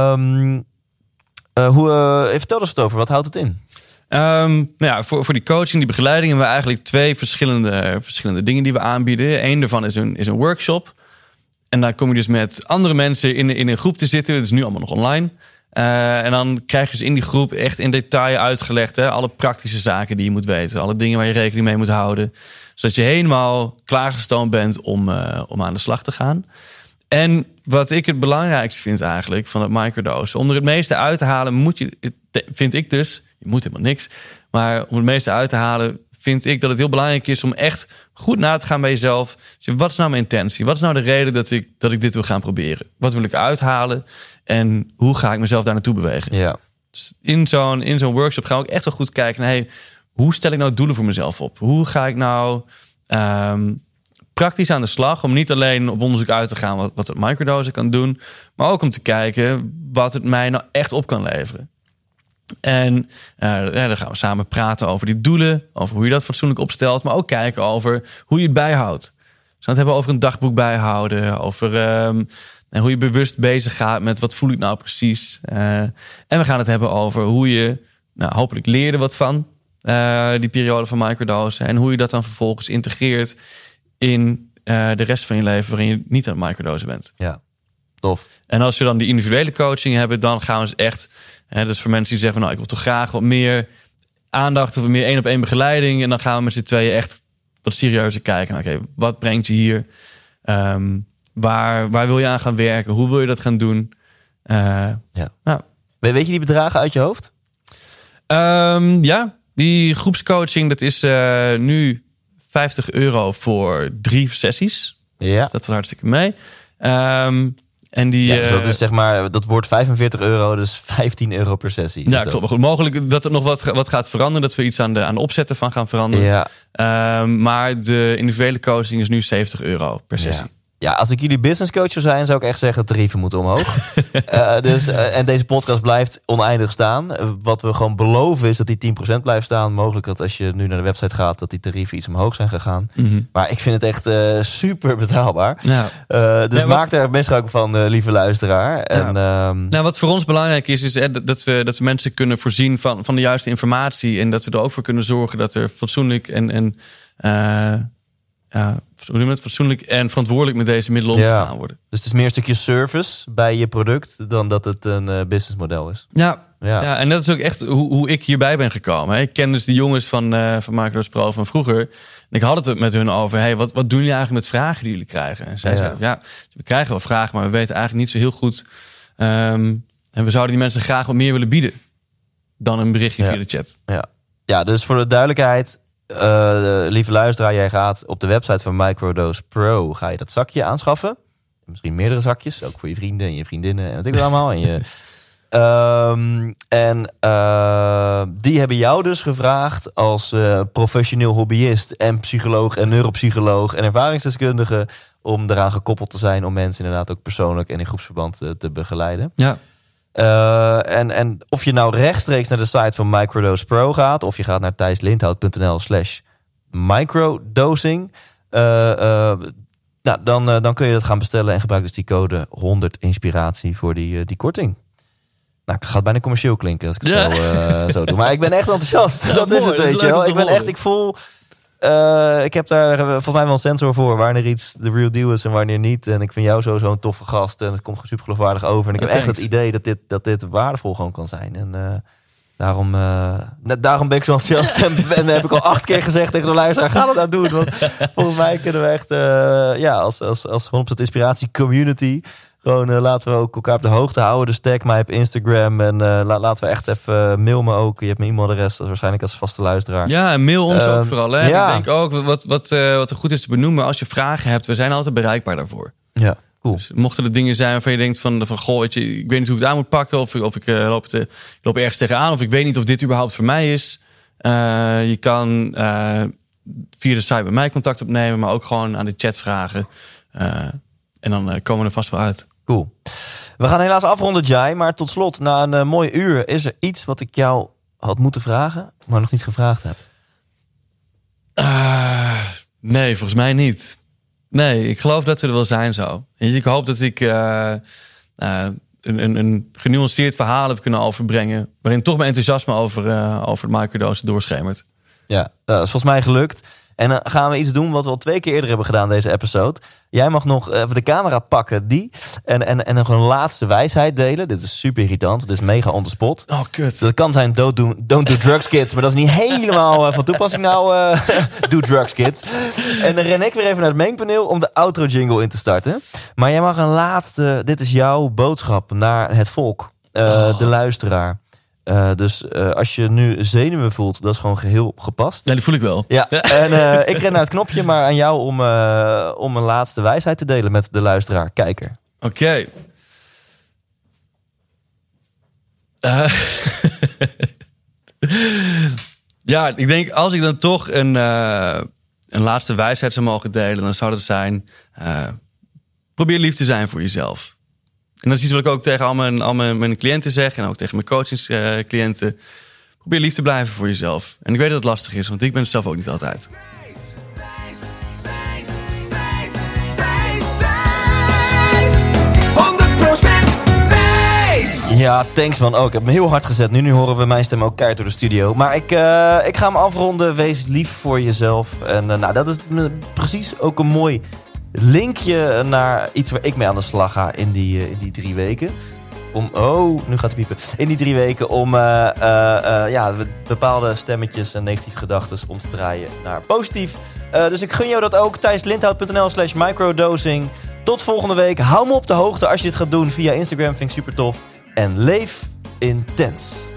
vertel eens wat over. Wat houdt het in? Voor die coaching, die begeleiding, hebben we eigenlijk 2 verschillende dingen die we aanbieden. Eén daarvan is een workshop. En daar kom je dus met andere mensen in een groep te zitten. Dat is nu allemaal nog online. En dan krijg je dus in die groep echt in detail uitgelegd, alle praktische zaken die je moet weten. Alle dingen waar je rekening mee moet houden. Zodat je helemaal klaargestoomd bent om aan de slag te gaan. En wat ik het belangrijkste vind eigenlijk van het microdose, om er het meeste uit te halen vind ik dus, je moet helemaal niks, maar om het meeste uit te halen vind ik dat het heel belangrijk is om echt goed na te gaan bij jezelf. Dus wat is nou mijn intentie? Wat is nou de reden dat ik dit wil gaan proberen? Wat wil ik uithalen? En hoe ga ik mezelf daar naartoe bewegen? Ja. Dus in zo'n workshop gaan we ook echt wel goed kijken naar, hoe stel ik nou doelen voor mezelf op? Hoe ga ik nou praktisch aan de slag om niet alleen op onderzoek uit te gaan wat het microdose kan doen, maar ook om te kijken wat het mij nou echt op kan leveren. En dan gaan we samen praten over die doelen, over hoe je dat fatsoenlijk opstelt, maar ook kijken over hoe je het bijhoudt. Dus we gaan het hebben over een dagboek bijhouden, over en hoe je bewust bezig gaat met wat voel ik nou precies. En we gaan het hebben over hoe je hopelijk leerde wat van die periode van microdosen. En hoe je dat dan vervolgens integreert in de rest van je leven waarin je niet aan het microdosen bent. Ja, tof. En als we dan die individuele coaching hebben, dan gaan we dus echt... dus voor mensen die zeggen van ik wil toch graag wat meer aandacht of wat meer 1-op-1 begeleiding. En dan gaan we met z'n tweeën echt wat serieuzer kijken. Oké, wat brengt je hier? Waar wil je aan gaan werken? Hoe wil je dat gaan doen? Weet je die bedragen uit je hoofd? Ja, die groepscoaching, dat is nu €50 voor 3 sessies. Ja. Dat was hartstikke mee. En die, dus dat is zeg maar, dat wordt €45, dus €15 per sessie. Ja, klopt. Goed, mogelijk dat er nog wat gaat veranderen. Dat we iets aan de opzetten van gaan veranderen. Ja. Maar de individuele coaching is nu €70 per sessie. Ja, als ik jullie business coach zou zijn, zou ik echt zeggen, tarieven moeten omhoog. En deze podcast blijft oneindig staan. Wat we gewoon beloven is dat die 10% blijft staan. Mogelijk dat als je nu naar de website gaat, dat die tarieven iets omhoog zijn gegaan. Mm-hmm. Maar ik vind het echt super betaalbaar. Ja. Dus maak er misbruik van, lieve luisteraar. Ja. En, wat voor ons belangrijk is dat we mensen kunnen voorzien van de juiste informatie. En dat we er ook voor kunnen zorgen dat er fatsoenlijk fatsoenlijk en verantwoordelijk met deze middelen omgegaan worden. Dus het is meer een stukje service bij je product dan dat het een businessmodel is. Ja, en dat is ook echt hoe ik hierbij ben gekomen. Ik ken dus de jongens van Microdose Pro van vroeger. En ik had het met hun over, hey, wat doen jullie eigenlijk met vragen die jullie krijgen? En zij zeiden, we krijgen wel vragen, maar we weten eigenlijk niet zo heel goed. En we zouden die mensen graag wat meer willen bieden dan een berichtje via de chat. Ja, dus voor de duidelijkheid, lieve luisteraar, jij gaat op de website van Microdose Pro, ga je dat zakje aanschaffen. Misschien meerdere zakjes, ook voor je vrienden en je vriendinnen en wat ik er allemaal. Die hebben jou dus gevraagd als professioneel hobbyist en psycholoog en neuropsycholoog en ervaringsdeskundige om eraan gekoppeld te zijn om mensen inderdaad ook persoonlijk en in groepsverband te begeleiden. Ja. En of je nou rechtstreeks naar de site van Microdose Pro gaat, of je gaat naar thijslindhout.nl/microdosing, dan kun je dat gaan bestellen en gebruik dus die code 100 inspiratie voor die korting. Nou, het gaat bijna commercieel klinken als ik het zo doe. Maar ik ben echt enthousiast. Ja, dat mooi, is het, weet je wel. Ik voel... ik heb daar volgens mij wel een sensor voor wanneer iets de real deal is en wanneer niet. En ik vind jou sowieso een toffe gast en het komt super geloofwaardig over. En ik heb echt het idee dat dit waardevol gewoon kan zijn. En daarom ben ik zo enthousiast. En heb ik al 8 keer gezegd tegen de luisteraar, ga dat nou doen. Want volgens mij kunnen we echt als 100% inspiratie community gewoon laten we ook elkaar op de hoogte houden. Dus tag mij op Instagram en laten we echt even mail me ook. Je hebt mijn e-mailadres, waarschijnlijk als vaste luisteraar. Ja, en mail ons ook vooral. Hè? Ja. Ik denk ook, wat er goed is te benoemen, als je vragen hebt, we zijn altijd bereikbaar daarvoor. Ja, cool. Dus mochten er dingen zijn waarvan je denkt van goh, weet je, ik weet niet hoe ik het aan moet pakken, of ik loop ergens tegenaan, of ik weet niet of dit überhaupt voor mij is. Je kan via de site bij mij contact opnemen, maar ook gewoon aan de chat vragen. En dan komen we er vast wel uit. Cool. We gaan helaas afronden, Jai. Maar tot slot, na een mooi uur, is er iets wat ik jou had moeten vragen, maar nog niet gevraagd heb? Nee, volgens mij niet. Nee, ik geloof dat we er wel zijn zo. Ik hoop dat ik een genuanceerd verhaal heb kunnen overbrengen, waarin toch mijn enthousiasme over de microdose doorschemert. Ja, dat is volgens mij gelukt. En dan gaan we iets doen wat we al 2 keer eerder hebben gedaan, deze episode. Jij mag nog even de camera pakken, en nog een laatste wijsheid delen. Dit is super irritant, dit is mega on the spot. Oh, kut. Dat kan zijn, don't do drugs, kids. Maar dat is niet helemaal van toepassing. Nou, do drugs, kids. En dan ren ik weer even naar het mengpaneel om de outro jingle in te starten. Maar jij mag een laatste, dit is jouw boodschap naar het volk, de luisteraar. Dus als je nu zenuwen voelt, dat is gewoon geheel gepast. Ja, die voel ik wel. Ja. En ik ren naar het knopje, maar aan jou om een laatste wijsheid te delen met de luisteraar, kijker. Oké. Ja, ik denk als ik dan toch een laatste wijsheid zou mogen delen, dan zou dat zijn: probeer lief te zijn voor jezelf. En dat is iets wat ik ook tegen al mijn cliënten zeg. En ook tegen mijn coachingscliënten. Probeer lief te blijven voor jezelf. En ik weet dat het lastig is, want ik ben het zelf ook niet altijd. Ja, thanks man. Ik heb me heel hard gezet. Nu horen we mijn stem ook keihard door de studio. Maar ik ga hem afronden. Wees lief voor jezelf. En dat is precies ook een mooi linkje naar iets waar ik mee aan de slag ga in die 3 weken. Nu gaat het piepen. In die 3 weken om bepaalde stemmetjes en negatieve gedachten om te draaien naar positief. Dus ik gun jou dat ook. thijslindhout.nl/microdosing. Tot volgende week. Hou me op de hoogte als je dit gaat doen via Instagram. Vind ik super tof. En leef intens.